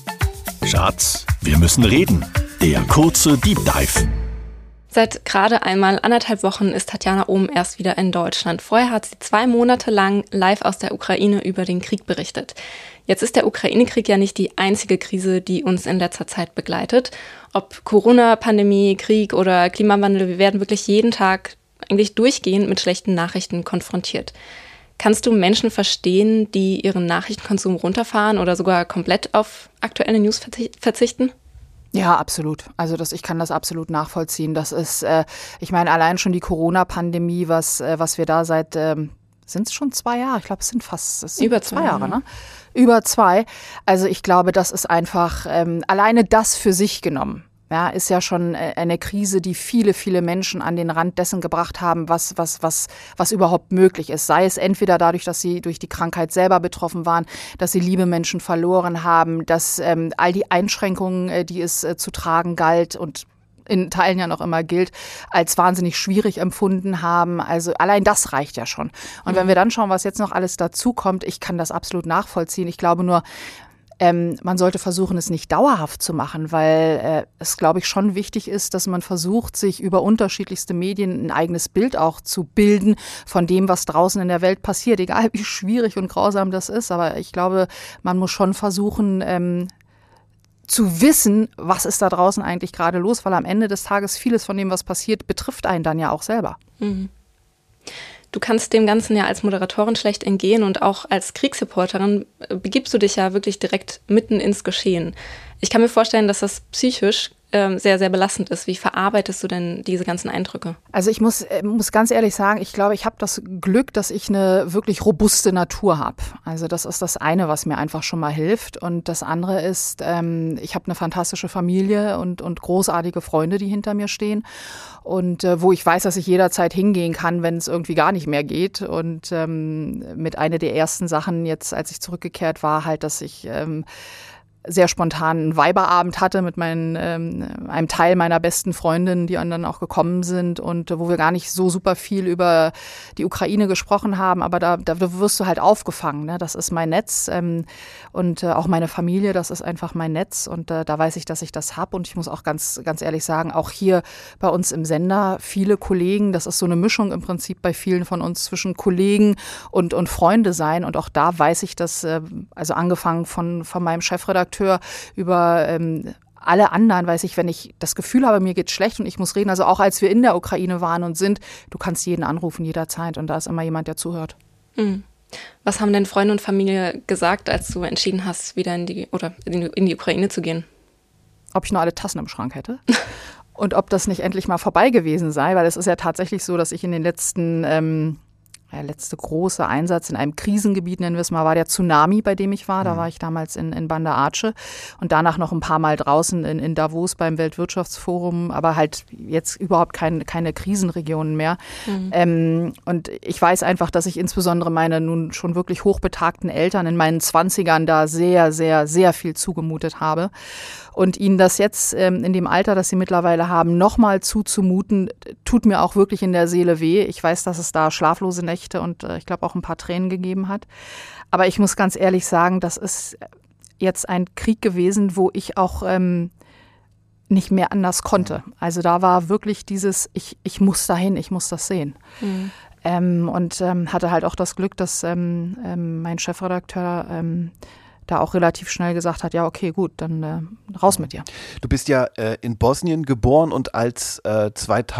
Schatz, wir müssen reden. Der kurze Deep Dive. Seit gerade einmal anderthalb Wochen ist Tatjana Ohm erst wieder in Deutschland. Vorher hat sie zwei Monate lang live aus der Ukraine über den Krieg berichtet. Jetzt ist der Ukraine-Krieg ja nicht die einzige Krise, die uns in letzter Zeit begleitet. Ob Corona, Pandemie, Krieg oder Klimawandel, wir werden wirklich jeden Tag eigentlich durchgehend mit schlechten Nachrichten konfrontiert. Kannst du Menschen verstehen, die ihren Nachrichtenkonsum runterfahren oder sogar komplett auf aktuelle News verzichten? Ja, absolut. Also das, ich kann das absolut nachvollziehen. Das ist, äh, ich meine, allein schon die Corona-Pandemie, was, äh, was wir da seit, ähm, sind es schon zwei Jahre? Ich glaube, es sind fast es sind über zwei Jahre, ne? Über zwei. Also ich glaube, das ist einfach ähm, alleine das für sich genommen. Ja, ist ja schon eine Krise, die viele, viele Menschen an den Rand dessen gebracht haben, was, was, was, was überhaupt möglich ist. Sei es entweder dadurch, dass sie durch die Krankheit selber betroffen waren, dass sie liebe Menschen verloren haben, dass ähm, all die Einschränkungen, die es äh, zu tragen galt und in Teilen ja noch immer gilt, als wahnsinnig schwierig empfunden haben. Also allein das reicht ja schon. Und mhm. wenn wir dann schauen, was jetzt noch alles dazukommt, ich kann das absolut nachvollziehen. Ich glaube nur, Ähm, man sollte versuchen, es nicht dauerhaft zu machen, weil äh, es, glaube ich, schon wichtig ist, dass man versucht, sich über unterschiedlichste Medien ein eigenes Bild auch zu bilden von dem, was draußen in der Welt passiert, egal wie schwierig und grausam das ist. Aber ich glaube, man muss schon versuchen, ähm, zu wissen, was ist da draußen eigentlich gerade los, weil am Ende des Tages vieles von dem, was passiert, betrifft einen dann ja auch selber. Mhm. Du kannst dem Ganzen ja als Moderatorin schlecht entgehen und auch als Kriegsreporterin begibst du dich ja wirklich direkt mitten ins Geschehen. Ich kann mir vorstellen, dass das psychisch ähm, sehr, sehr belastend ist. Wie verarbeitest du denn diese ganzen Eindrücke? Also ich muss, äh, muss ganz ehrlich sagen, ich glaube, ich habe das Glück, dass ich eine wirklich robuste Natur habe. Also das ist das eine, was mir einfach schon mal hilft. Und das andere ist, ähm, ich habe eine fantastische Familie und, und großartige Freunde, die hinter mir stehen. Und äh, wo ich weiß, dass ich jederzeit hingehen kann, wenn es irgendwie gar nicht mehr geht. Und ähm, mit einer der ersten Sachen jetzt, als ich zurückgekehrt war, halt, dass ich ähm, sehr spontan einen Weiberabend hatte mit meinen, ähm, einem Teil meiner besten Freundinnen, die dann auch gekommen sind und äh, wo wir gar nicht so super viel über die Ukraine gesprochen haben, aber da, da wirst du halt aufgefangen, ne? Das ist mein Netz ähm, und äh, auch meine Familie, das ist einfach mein Netz und äh, da weiß ich, dass ich das habe und ich muss auch ganz, ganz ehrlich sagen, auch hier bei uns im Sender viele Kollegen, das ist so eine Mischung im Prinzip bei vielen von uns zwischen Kollegen und, und Freunde sein und auch da weiß ich, dass, äh, also angefangen von, von meinem Chefredakteur über ähm, alle anderen, weiß ich, wenn ich das Gefühl habe, mir geht's schlecht und ich muss reden, also auch als wir in der Ukraine waren und sind, du kannst jeden anrufen jederzeit und da ist immer jemand, der zuhört. Mhm. Was haben denn Freunde und Familie gesagt, als du entschieden hast, wieder in die oder in die, in die Ukraine zu gehen? Ob ich nur alle Tassen im Schrank hätte und ob das nicht endlich mal vorbei gewesen sei, weil es ist ja tatsächlich so, dass ich in den letzten ähm, Der letzte große Einsatz in einem Krisengebiet, nennen wir es mal, war der Tsunami, bei dem ich war. Da war ich damals in, in Banda Aceh und danach noch ein paar Mal draußen in, in Davos beim Weltwirtschaftsforum, aber halt jetzt überhaupt kein, keine Krisenregionen mehr. Mhm. Ähm, und ich weiß einfach, dass ich insbesondere meine nun schon wirklich hochbetagten Eltern in meinen Zwanzigern da sehr, sehr, sehr viel zugemutet habe. Und ihnen das jetzt ähm, in dem Alter, das sie mittlerweile haben, nochmal zuzumuten, tut mir auch wirklich in der Seele weh. Ich weiß, dass es da schlaflose Nächte und äh, ich glaube auch ein paar Tränen gegeben hat. Aber ich muss ganz ehrlich sagen, das ist jetzt ein Krieg gewesen, wo ich auch ähm, nicht mehr anders konnte. Also da war wirklich dieses, ich, ich muss dahin, ich muss das sehen. Mhm. Ähm, und ähm, hatte halt auch das Glück, dass ähm, ähm, mein Chefredakteur ähm, da auch relativ schnell gesagt hat, ja okay, gut, dann äh, raus mit dir. Du bist ja äh, in Bosnien geboren und als äh,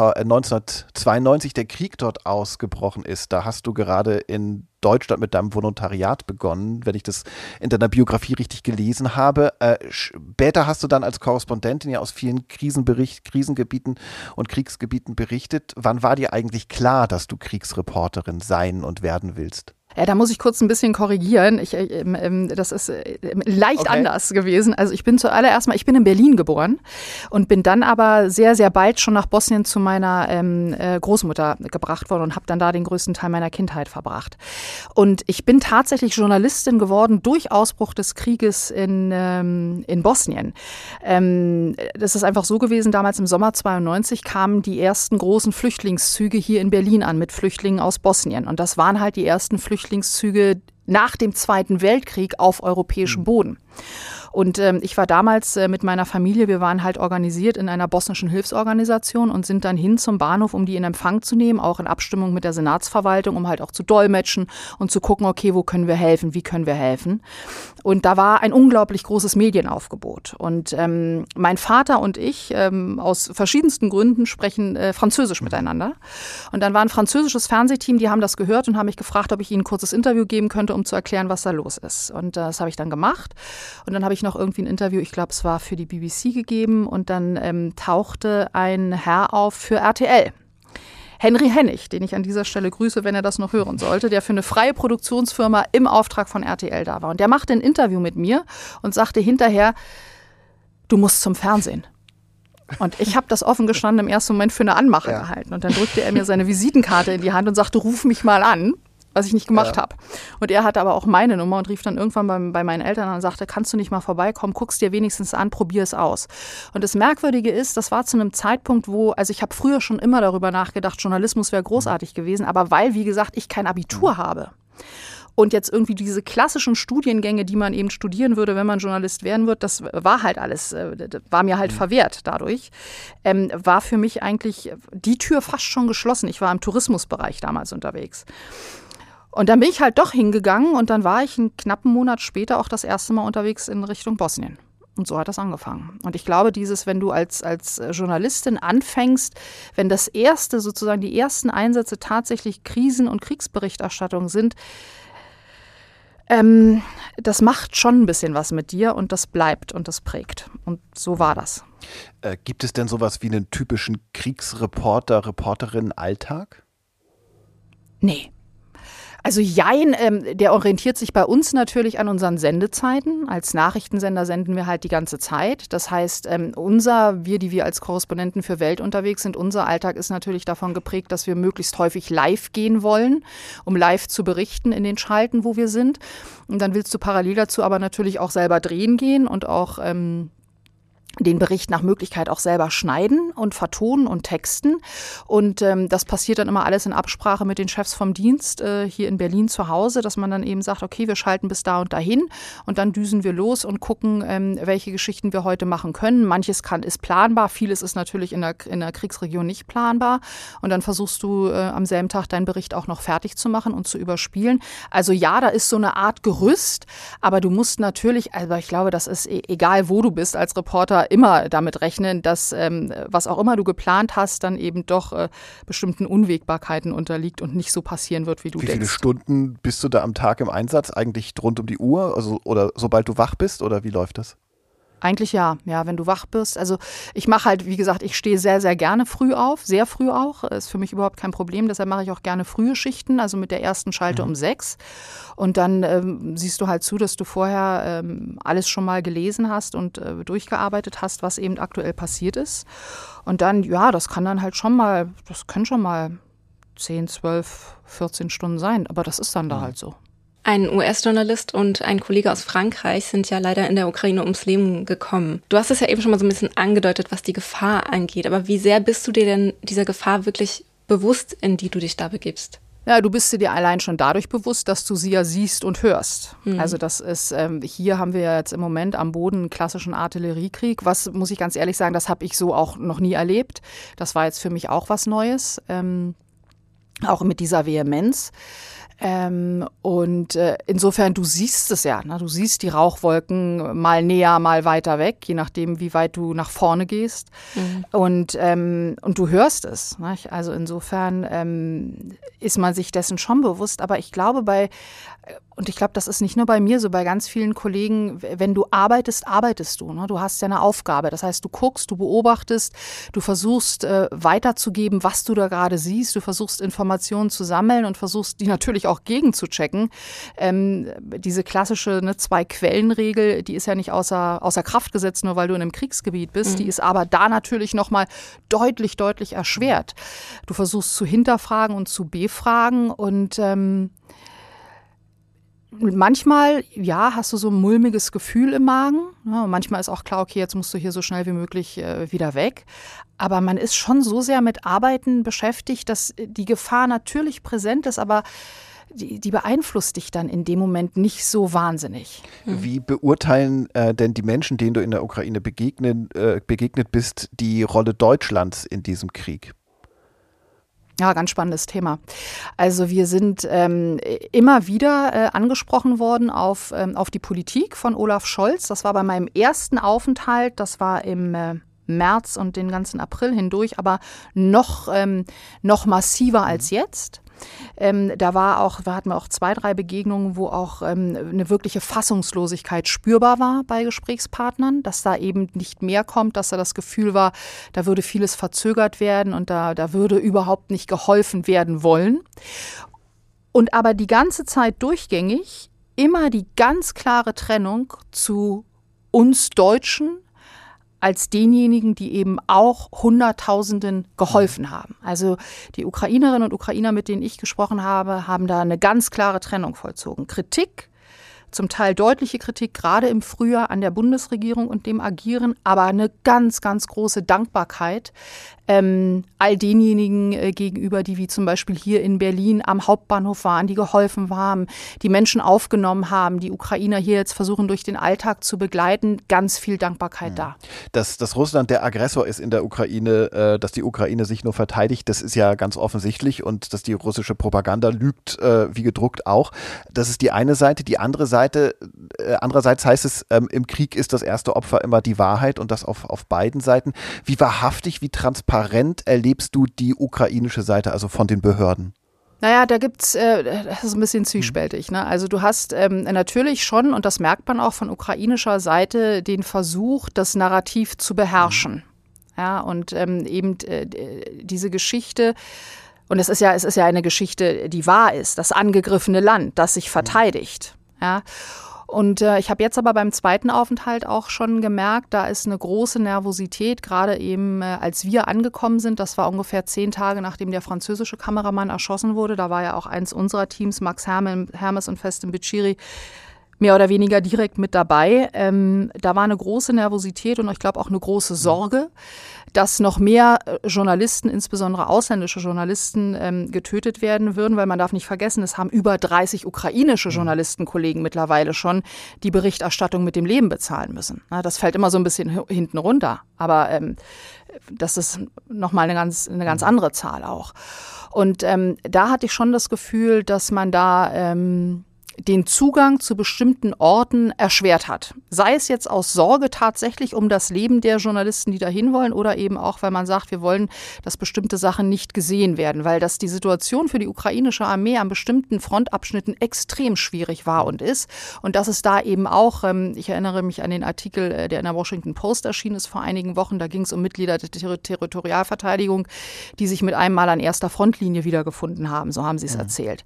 neunzehnhundertzweiundneunzig der Krieg dort ausgebrochen ist, da hast du gerade in Deutschland mit deinem Volontariat begonnen, wenn ich das in deiner Biografie richtig gelesen habe. Äh, später hast du dann als Korrespondentin ja aus vielen Krisenbericht, Krisengebieten und Kriegsgebieten berichtet. Wann war dir eigentlich klar, dass du Kriegsreporterin sein und werden willst? Ja, da muss ich kurz ein bisschen korrigieren. Ich, äh, das ist äh, leicht okay. anders gewesen. Also ich bin zuallererst mal, ich bin in Berlin geboren und bin dann aber sehr, sehr bald schon nach Bosnien zu meiner ähm, äh, Großmutter gebracht worden und habe dann da den größten Teil meiner Kindheit verbracht. Und ich bin tatsächlich Journalistin geworden durch Ausbruch des Krieges in, ähm, in Bosnien. Ähm, das ist einfach so gewesen, damals im Sommer zweiundneunzig kamen die ersten großen Flüchtlingszüge hier in Berlin an mit Flüchtlingen aus Bosnien. Und das waren halt die ersten Flüchtlingszüge Flüchtlingszüge nach dem Zweiten Weltkrieg auf europäischem Boden. Und ähm, ich war damals äh, mit meiner Familie, wir waren halt organisiert in einer bosnischen Hilfsorganisation und sind dann hin zum Bahnhof, um die in Empfang zu nehmen, auch in Abstimmung mit der Senatsverwaltung, um halt auch zu dolmetschen und zu gucken, okay, wo können wir helfen, wie können wir helfen. Und da war ein unglaublich großes Medienaufgebot. Und ähm, mein Vater und ich ähm, aus verschiedensten Gründen sprechen äh, Französisch miteinander. Und dann war ein französisches Fernsehteam, die haben das gehört und haben mich gefragt, ob ich ihnen ein kurzes Interview geben könnte, um zu erklären, was da los ist. Und äh, das habe ich dann gemacht. Und dann habe ich neulich noch irgendwie ein Interview, ich glaube, es war für die B B C gegeben und dann ähm, tauchte ein Herr auf für R T L. Henry Hennig, den ich an dieser Stelle grüße, wenn er das noch hören sollte, der für eine freie Produktionsfirma im Auftrag von R T L da war. Und der machte ein Interview mit mir und sagte hinterher, du musst zum Fernsehen. Und ich habe das offen gestanden im ersten Moment für eine Anmache ja. gehalten. Und dann drückte er mir seine Visitenkarte in die Hand und sagte, ruf mich mal an, was ich nicht gemacht ja. habe. Und er hatte aber auch meine Nummer und rief dann irgendwann bei, bei meinen Eltern an und sagte, kannst du nicht mal vorbeikommen, guck's dir wenigstens an, probier es aus. Und das Merkwürdige ist, das war zu einem Zeitpunkt, wo, also ich habe früher schon immer darüber nachgedacht, Journalismus wäre großartig gewesen, aber weil, wie gesagt, ich kein Abitur habe. Und jetzt irgendwie diese klassischen Studiengänge, die man eben studieren würde, wenn man Journalist werden wird, das war halt alles, war mir halt mhm. verwehrt dadurch. Ähm, war für mich eigentlich die Tür fast schon geschlossen. Ich war im Tourismusbereich damals unterwegs. Und dann bin ich halt doch hingegangen und dann war ich einen knappen Monat später auch das erste Mal unterwegs in Richtung Bosnien. Und so hat das angefangen. Und ich glaube, dieses, wenn du als, als Journalistin anfängst, wenn das erste, sozusagen die ersten Einsätze tatsächlich Krisen- und Kriegsberichterstattung sind, Ähm, das macht schon ein bisschen was mit dir und das bleibt und das prägt. Und so war das. Äh, gibt es denn sowas wie einen typischen Kriegsreporter, Reporterin-Alltag? Nee. Also Jein, ähm, der orientiert sich bei uns natürlich an unseren Sendezeiten. Als Nachrichtensender senden wir halt die ganze Zeit. Das heißt, ähm, unser, wir, die wir als Korrespondenten für Welt unterwegs sind, unser Alltag ist natürlich davon geprägt, dass wir möglichst häufig live gehen wollen, um live zu berichten in den Schalten, wo wir sind. Und dann willst du parallel dazu aber natürlich auch selber drehen gehen und auch ähm, den Bericht nach Möglichkeit auch selber schneiden und vertonen und texten. Und ähm, das passiert dann immer alles in Absprache mit den Chefs vom Dienst äh, hier in Berlin zu Hause, dass man dann eben sagt, okay, wir schalten bis da und dahin und dann düsen wir los und gucken, ähm, welche Geschichten wir heute machen können. Manches kann, ist planbar, vieles ist natürlich in der, in der Kriegsregion nicht planbar. Und dann versuchst du äh, am selben Tag deinen Bericht auch noch fertig zu machen und zu überspielen. Also ja, da ist so eine Art Gerüst, aber du musst natürlich, also ich glaube, das ist e- egal, wo du bist als Reporter, immer damit rechnen, dass ähm, was auch immer du geplant hast, dann eben doch äh, bestimmten Unwägbarkeiten unterliegt und nicht so passieren wird, wie du wie denkst. Wie viele Stunden bist du da am Tag im Einsatz? Eigentlich rund um die Uhr? Also, oder sobald du wach bist? Oder wie läuft das? Eigentlich ja, ja, wenn du wach bist. Also ich mache halt, wie gesagt, ich stehe sehr, sehr gerne früh auf, sehr früh auch. Ist für mich überhaupt kein Problem. Deshalb mache ich auch gerne frühe Schichten, also mit der ersten Schalte mhm. um sechs. Und dann ähm, siehst du halt zu, dass du vorher ähm, alles schon mal gelesen hast und äh, durchgearbeitet hast, was eben aktuell passiert ist. Und dann, ja, das kann dann halt schon mal, das können schon mal zehn, zwölf, vierzehn Stunden sein. Aber das ist dann mhm. da halt so. Ein U S-Journalist und ein Kollege aus Frankreich sind ja leider in der Ukraine ums Leben gekommen. Du hast es ja eben schon mal so ein bisschen angedeutet, was die Gefahr angeht. Aber wie sehr bist du dir denn dieser Gefahr wirklich bewusst, in die du dich da begibst? Ja, du bist dir allein schon dadurch bewusst, dass du sie ja siehst und hörst. Mhm. Also das ist, ähm, hier haben wir jetzt im Moment am Boden einen klassischen Artilleriekrieg. Was, muss ich ganz ehrlich sagen, das habe ich so auch noch nie erlebt. Das war jetzt für mich auch was Neues, ähm, auch mit dieser Vehemenz. Ähm, und äh, insofern, du siehst es ja, ne? Du siehst die Rauchwolken mal näher, mal weiter weg, je nachdem, wie weit du nach vorne gehst. Mhm. Und, ähm, und du hörst es. Ne? Also insofern ähm, ist man sich dessen schon bewusst. Aber ich glaube, bei, und ich glaube, das ist nicht nur bei mir so, bei ganz vielen Kollegen, wenn du arbeitest, arbeitest du. Ne? Du hast ja eine Aufgabe. Das heißt, du guckst, du beobachtest, du versuchst äh, weiterzugeben, was du da gerade siehst. Du versuchst Informationen zu sammeln und versuchst die natürlich auch gegen zu checken. Ähm, diese klassische ne, Zwei-Quellen-Regel, die ist ja nicht außer, außer Kraft gesetzt, nur weil du in einem Kriegsgebiet bist. Mhm. Die ist aber da natürlich nochmal deutlich, deutlich erschwert. Du versuchst zu hinterfragen und zu befragen und ähm, manchmal, ja, hast du so ein mulmiges Gefühl im Magen. Ja, manchmal ist auch klar, okay, jetzt musst du hier so schnell wie möglich äh, wieder weg. Aber man ist schon so sehr mit Arbeiten beschäftigt, dass die Gefahr natürlich präsent ist, aber die, die beeinflusst dich dann in dem Moment nicht so wahnsinnig. Wie beurteilen äh, denn die Menschen, denen du in der Ukraine begegnen, äh, begegnet bist, die Rolle Deutschlands in diesem Krieg? Ja, ganz spannendes Thema. Also wir sind ähm, immer wieder äh, angesprochen worden auf, ähm, auf die Politik von Olaf Scholz. Das war bei meinem ersten Aufenthalt, das war im äh, März und den ganzen April hindurch, aber noch, ähm, noch massiver als jetzt. Ähm, da war auch, da hatten wir auch zwei, drei Begegnungen, wo auch ähm, eine wirkliche Fassungslosigkeit spürbar war bei Gesprächspartnern, dass da eben nicht mehr kommt, dass da das Gefühl war, da würde vieles verzögert werden und da, da würde überhaupt nicht geholfen werden wollen. Und aber die ganze Zeit durchgängig immer die ganz klare Trennung zu uns Deutschen als denjenigen, die eben auch Hunderttausenden geholfen haben. Also die Ukrainerinnen und Ukrainer, mit denen ich gesprochen habe, haben da eine ganz klare Trennung vollzogen. Kritik, zum Teil deutliche Kritik, gerade im Frühjahr an der Bundesregierung und dem Agieren, aber eine ganz, ganz große Dankbarkeit ähm, all denjenigen äh, gegenüber, die wie zum Beispiel hier in Berlin am Hauptbahnhof waren, die geholfen haben, die Menschen aufgenommen haben, die Ukrainer hier jetzt versuchen, durch den Alltag zu begleiten. Ganz viel Dankbarkeit mhm. da. Dass, dass Russland der Aggressor ist in der Ukraine, äh, dass die Ukraine sich nur verteidigt, das ist ja ganz offensichtlich, und dass die russische Propaganda lügt, äh, wie gedruckt auch. Das ist die eine Seite. Die andere Seite, äh, andererseits heißt es, ähm, im Krieg ist das erste Opfer immer die Wahrheit, und das auf, auf beiden Seiten. Wie wahrhaftig, wie transparent erlebst du die ukrainische Seite, also von den Behörden? Naja, da gibt's, äh, das ist ein bisschen zwiespältig, ne? Also du hast ähm, natürlich schon, und das merkt man auch von ukrainischer Seite, den Versuch, das Narrativ zu beherrschen. Mhm. Ja, und ähm, eben äh, diese Geschichte, und es ist ja, es ist ja eine Geschichte, die wahr ist, das angegriffene Land, das sich verteidigt. Mhm. Ja. Und äh, ich habe jetzt aber beim zweiten Aufenthalt auch schon gemerkt, da ist eine große Nervosität, gerade eben äh, als wir angekommen sind. Das war ungefähr zehn Tage, nachdem der französische Kameramann erschossen wurde. Da war ja auch eins unserer Teams, Max Hermes und Festem Biciri, mehr oder weniger direkt mit dabei. Ähm, da war eine große Nervosität und ich glaube auch eine große Sorge, dass noch mehr Journalisten, insbesondere ausländische Journalisten, ähm, getötet werden würden, weil man darf nicht vergessen, es haben über dreißig ukrainische Journalistenkollegen mittlerweile schon die Berichterstattung mit dem Leben bezahlen müssen. Na, das fällt immer so ein bisschen h- hinten runter, aber ähm, das ist nochmal eine ganz, eine ganz andere Zahl auch. Und ähm, da hatte ich schon das Gefühl, dass man da ähm, den Zugang zu bestimmten Orten erschwert hat. Sei es jetzt aus Sorge tatsächlich um das Leben der Journalisten, die da hinwollen, oder eben auch, weil man sagt, wir wollen, dass bestimmte Sachen nicht gesehen werden, weil das die Situation für die ukrainische Armee an bestimmten Frontabschnitten extrem schwierig war und ist. Und dass es da eben auch, ich erinnere mich an den Artikel, der in der Washington Post erschienen ist vor einigen Wochen, da ging es um Mitglieder der Ter- Territorialverteidigung, die sich mit einem Mal an erster Frontlinie wiedergefunden haben, so haben sie es mhm. erzählt.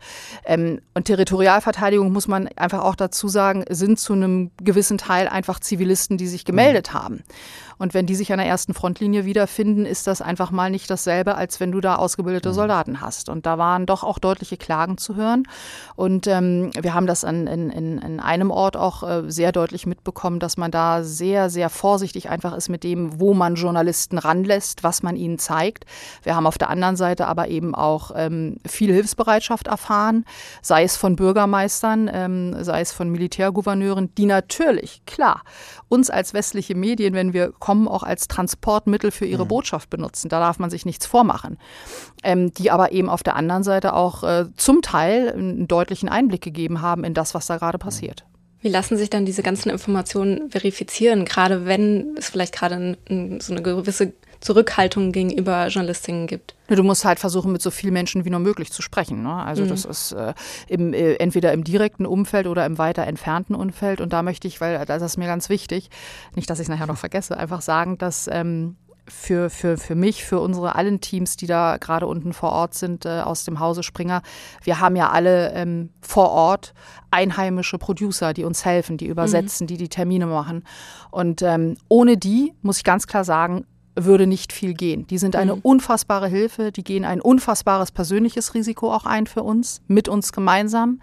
Und Territorialverteidigung, muss man einfach auch dazu sagen, sind zu einem gewissen Teil einfach Zivilisten, die sich gemeldet mhm. haben. Und wenn die sich an der ersten Frontlinie wiederfinden, ist das einfach mal nicht dasselbe, als wenn du da ausgebildete mhm. Soldaten hast. Und da waren doch auch deutliche Klagen zu hören. Und ähm, wir haben das an, in, in, in einem Ort auch äh, sehr deutlich mitbekommen, dass man da sehr, sehr vorsichtig einfach ist mit dem, wo man Journalisten ranlässt, was man ihnen zeigt. Wir haben auf der anderen Seite aber eben auch ähm, viel Hilfsbereitschaft erfahren, sei es von Bürgermeistern, ähm, sei es von Militärgouverneuren, die natürlich, klar, uns als westliche Medien, wenn wir kommen, auch als Transportmittel für ihre mhm. Botschaft benutzen. Da darf man sich nichts vormachen. Ähm, die aber eben auf der anderen Seite auch äh, zum Teil einen deutlichen Einblick gegeben haben in das, was da gerade passiert. Wie lassen sich dann diese ganzen Informationen verifizieren, gerade wenn es vielleicht gerade ein, ein, so eine gewisse Zurückhaltung gegenüber Journalistinnen gibt? Du musst halt versuchen, mit so vielen Menschen wie nur möglich zu sprechen. Ne? Also mhm. das ist äh, im, äh, entweder im direkten Umfeld oder im weiter entfernten Umfeld. Und da möchte ich, weil das ist mir ganz wichtig, nicht, dass ich es nachher noch vergesse, einfach sagen, dass ähm, für, für, für mich, für unsere allen Teams, die da gerade unten vor Ort sind, äh, aus dem Hause Springer, wir haben ja alle ähm, vor Ort einheimische Producer, die uns helfen, die übersetzen, mhm. die die Termine machen. Und ähm, ohne die, muss ich ganz klar sagen, würde nicht viel gehen. Die sind eine mhm. unfassbare Hilfe, die gehen ein unfassbares persönliches Risiko auch ein für uns, mit uns gemeinsam.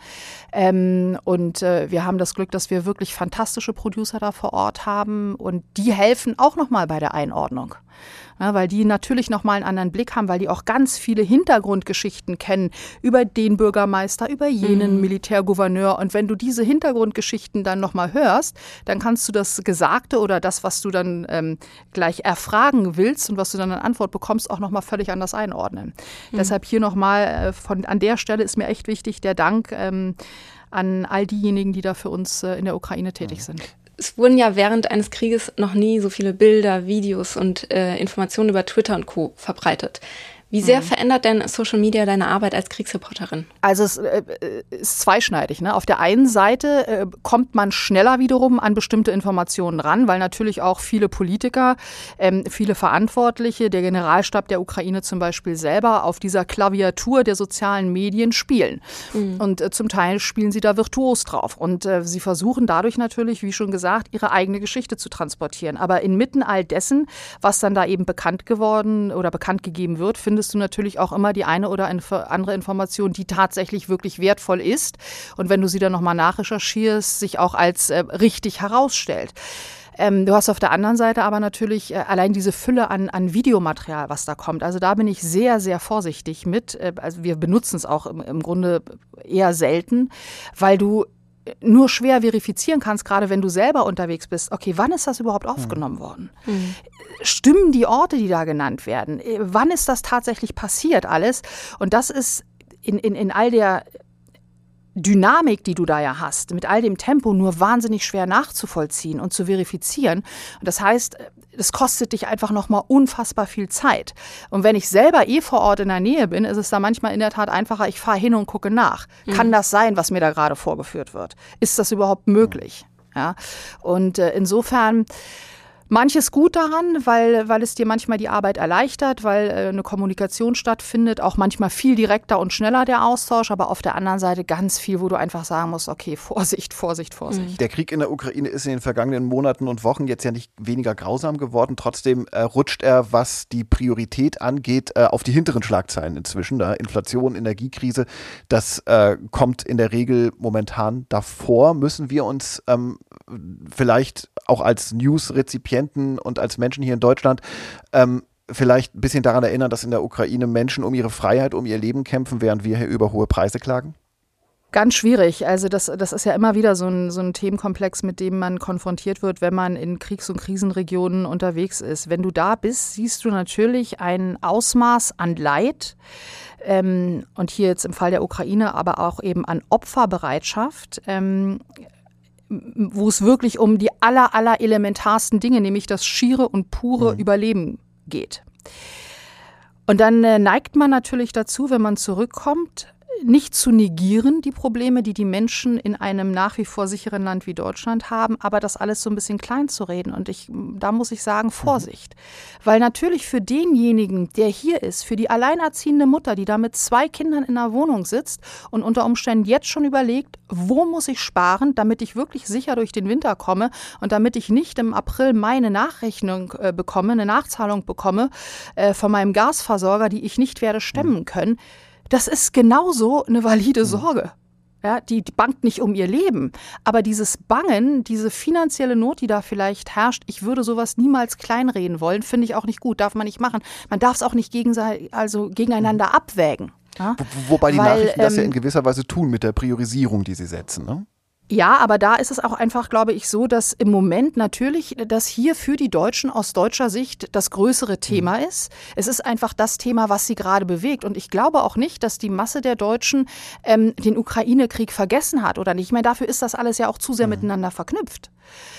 Ähm, und äh, wir haben das Glück, dass wir wirklich fantastische Producer da vor Ort haben und die helfen auch nochmal bei der Einordnung. Ja, weil die natürlich nochmal einen anderen Blick haben, weil die auch ganz viele Hintergrundgeschichten kennen über den Bürgermeister, über jenen mhm. Militärgouverneur. Und wenn du diese Hintergrundgeschichten dann nochmal hörst, dann kannst du das Gesagte oder das, was du dann ähm, gleich erfragen willst und was du dann an Antwort bekommst, auch nochmal völlig anders einordnen. Mhm. Deshalb hier nochmal äh, von an der Stelle ist mir echt wichtig der Dank ähm, an all diejenigen, die da für uns äh, in der Ukraine tätig sind. Es wurden ja während eines Krieges noch nie so viele Bilder, Videos und äh, Informationen über Twitter und Co. verbreitet. Wie sehr mhm. verändert denn Social Media deine Arbeit als Kriegsreporterin? Also es äh, ist zweischneidig. Ne? Auf der einen Seite äh, kommt man schneller wiederum an bestimmte Informationen ran, weil natürlich auch viele Politiker, ähm, viele Verantwortliche, der Generalstab der Ukraine zum Beispiel selber auf dieser Klaviatur der sozialen Medien spielen. Mhm. Und äh, zum Teil spielen sie da virtuos drauf. Und äh, sie versuchen dadurch natürlich, wie schon gesagt, ihre eigene Geschichte zu transportieren. Aber inmitten all dessen, was dann da eben bekannt geworden oder bekannt gegeben wird, findet du natürlich auch immer die eine oder andere Information, die tatsächlich wirklich wertvoll ist und wenn du sie dann nochmal nachrecherchierst, sich auch als äh, richtig herausstellt. Ähm, du hast auf der anderen Seite aber natürlich äh, allein diese Fülle an, an Videomaterial, was da kommt. Also da bin ich sehr, sehr vorsichtig mit. Äh, also wir benutzen es auch im, im Grunde eher selten, weil du nur schwer verifizieren kannst, gerade wenn du selber unterwegs bist. Okay, wann ist das überhaupt aufgenommen worden? Mhm. Stimmen die Orte, die da genannt werden? Wann ist das tatsächlich passiert alles? Und das ist in, in, in all der Dynamik, die du da ja hast, mit all dem Tempo nur wahnsinnig schwer nachzuvollziehen und zu verifizieren. Und das heißt, es kostet dich einfach nochmal unfassbar viel Zeit. Und wenn ich selber eh vor Ort in der Nähe bin, ist es da manchmal in der Tat einfacher, ich fahre hin und gucke nach. Mhm. Kann das sein, was mir da gerade vorgeführt wird? Ist das überhaupt möglich? Ja? Und äh, insofern manches gut daran, weil, weil es dir manchmal die Arbeit erleichtert, weil äh, eine Kommunikation stattfindet, auch manchmal viel direkter und schneller der Austausch, aber auf der anderen Seite ganz viel, wo du einfach sagen musst, okay, Vorsicht, Vorsicht, Vorsicht. Der Krieg in der Ukraine ist in den vergangenen Monaten und Wochen jetzt ja nicht weniger grausam geworden, trotzdem äh, rutscht er, was die Priorität angeht, äh, auf die hinteren Schlagzeilen inzwischen. Da Inflation, Energiekrise, das äh, kommt in der Regel momentan davor. Müssen wir uns ähm, vielleicht auch als News-Rezipienten und als Menschen hier in Deutschland ähm, vielleicht ein bisschen daran erinnern, dass in der Ukraine Menschen um ihre Freiheit, um ihr Leben kämpfen, während wir hier über hohe Preise klagen? Ganz schwierig. Also das, das ist ja immer wieder so ein, so ein Themenkomplex, mit dem man konfrontiert wird, wenn man in Kriegs- und Krisenregionen unterwegs ist. Wenn du da bist, siehst du natürlich ein Ausmaß an Leid, ähm, und hier jetzt im Fall der Ukraine, aber auch eben an Opferbereitschaft, ähm, wo es wirklich um die aller, aller elementarsten Dinge, nämlich das schiere und pure mhm. Überleben geht. Und dann äh, neigt man natürlich dazu, wenn man zurückkommt, nicht zu negieren, die Probleme, die die Menschen in einem nach wie vor sicheren Land wie Deutschland haben, aber das alles so ein bisschen klein zu reden. Und ich, da muss ich sagen, Vorsicht. Mhm. Weil natürlich für denjenigen, der hier ist, für die alleinerziehende Mutter, die da mit zwei Kindern in einer Wohnung sitzt und unter Umständen jetzt schon überlegt, wo muss ich sparen, damit ich wirklich sicher durch den Winter komme und damit ich nicht im April, Mai eine Nachrechnung äh, bekomme, eine Nachzahlung bekomme äh, von meinem Gasversorger, die ich nicht werde stemmen können. Das ist genauso eine valide Sorge. Ja, die, die bangt nicht um ihr Leben. Aber dieses Bangen, diese finanzielle Not, die da vielleicht herrscht, ich würde sowas niemals kleinreden wollen, finde ich auch nicht gut, darf man nicht machen. Man darf es auch nicht gegenseitig, also gegeneinander abwägen. Ja? Wo, wobei die Weil, Nachrichten das ähm, ja in gewisser Weise tun mit der Priorisierung, die sie setzen, ne? Ja, aber da ist es auch einfach, glaube ich, so, dass im Moment natürlich das hier für die Deutschen aus deutscher Sicht das größere Thema mhm. ist. Es ist einfach das Thema, was sie gerade bewegt. Und ich glaube auch nicht, dass die Masse der Deutschen ähm, den Ukraine-Krieg vergessen hat oder nicht. Ich meine, dafür ist das alles ja auch zu sehr mhm. miteinander verknüpft.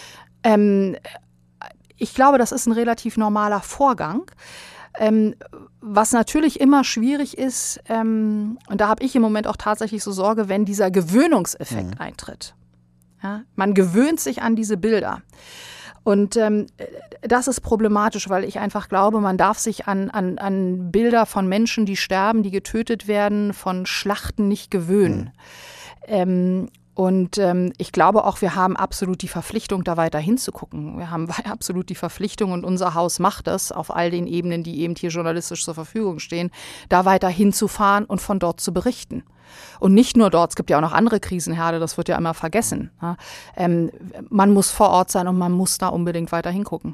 Ähm, ich glaube, das ist ein relativ normaler Vorgang. Ähm, was natürlich immer schwierig ist, ähm, und da habe ich im Moment auch tatsächlich so Sorge, wenn dieser Gewöhnungseffekt mhm. eintritt. Ja, man gewöhnt sich an diese Bilder. Und ähm, das ist problematisch, weil ich einfach glaube, man darf sich an, an, an Bilder von Menschen, die sterben, die getötet werden, von Schlachten nicht gewöhnen. Mhm. Ähm, Und ähm, ich glaube auch, wir haben absolut die Verpflichtung, da weiter hinzugucken. Wir haben absolut die Verpflichtung und unser Haus macht das auf all den Ebenen, die eben hier journalistisch zur Verfügung stehen, da weiter hinzufahren und von dort zu berichten. Und nicht nur dort, es gibt ja auch noch andere Krisenherde, das wird ja immer vergessen. Ja. Ähm, man muss vor Ort sein und man muss da unbedingt weiter hingucken.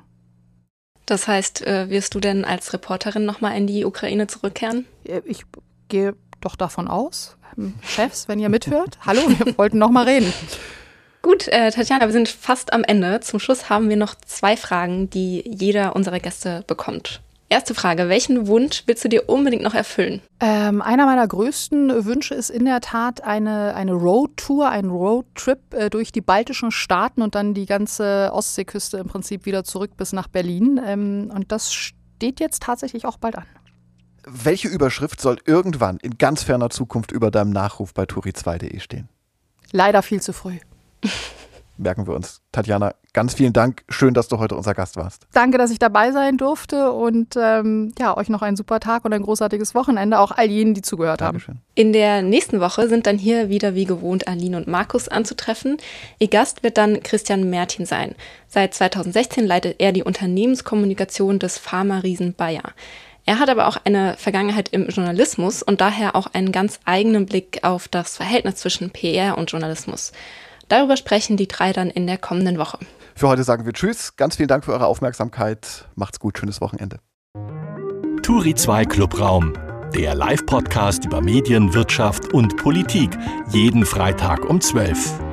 Das heißt, äh, wirst du denn als Reporterin nochmal in die Ukraine zurückkehren? Ich gehe doch davon aus. Chefs, wenn ihr mithört, hallo, wir wollten noch mal reden. Gut, äh, Tatjana, wir sind fast am Ende. Zum Schluss haben wir noch zwei Fragen, die jeder unserer Gäste bekommt. Erste Frage, welchen Wunsch willst du dir unbedingt noch erfüllen? Ähm, einer meiner größten Wünsche ist in der Tat eine, eine Roadtour, ein Roadtrip äh, durch die baltischen Staaten und dann die ganze Ostseeküste im Prinzip wieder zurück bis nach Berlin. Ähm, und das steht jetzt tatsächlich auch bald an. Welche Überschrift soll irgendwann in ganz ferner Zukunft über deinem Nachruf bei turi zwei punkt de stehen? Leider viel zu früh. Merken wir uns. Tatjana, ganz vielen Dank. Schön, dass du heute unser Gast warst. Danke, dass ich dabei sein durfte und ähm, ja, euch noch einen super Tag und ein großartiges Wochenende, auch all jenen, die zugehört Dankeschön. haben. In der nächsten Woche sind dann hier wieder wie gewohnt Aline und Markus anzutreffen. Ihr Gast wird dann Christian Mertin sein. Seit zweitausendsechzehn leitet er die Unternehmenskommunikation des Pharma-Riesen Bayer. Er hat aber auch eine Vergangenheit im Journalismus und daher auch einen ganz eigenen Blick auf das Verhältnis zwischen P R und Journalismus. Darüber sprechen die drei dann in der kommenden Woche. Für heute sagen wir Tschüss. Ganz vielen Dank für eure Aufmerksamkeit. Macht's gut. Schönes Wochenende. turi zwei Clubraum, der Live-Podcast über Medien, Wirtschaft und Politik. Jeden Freitag um zwölf.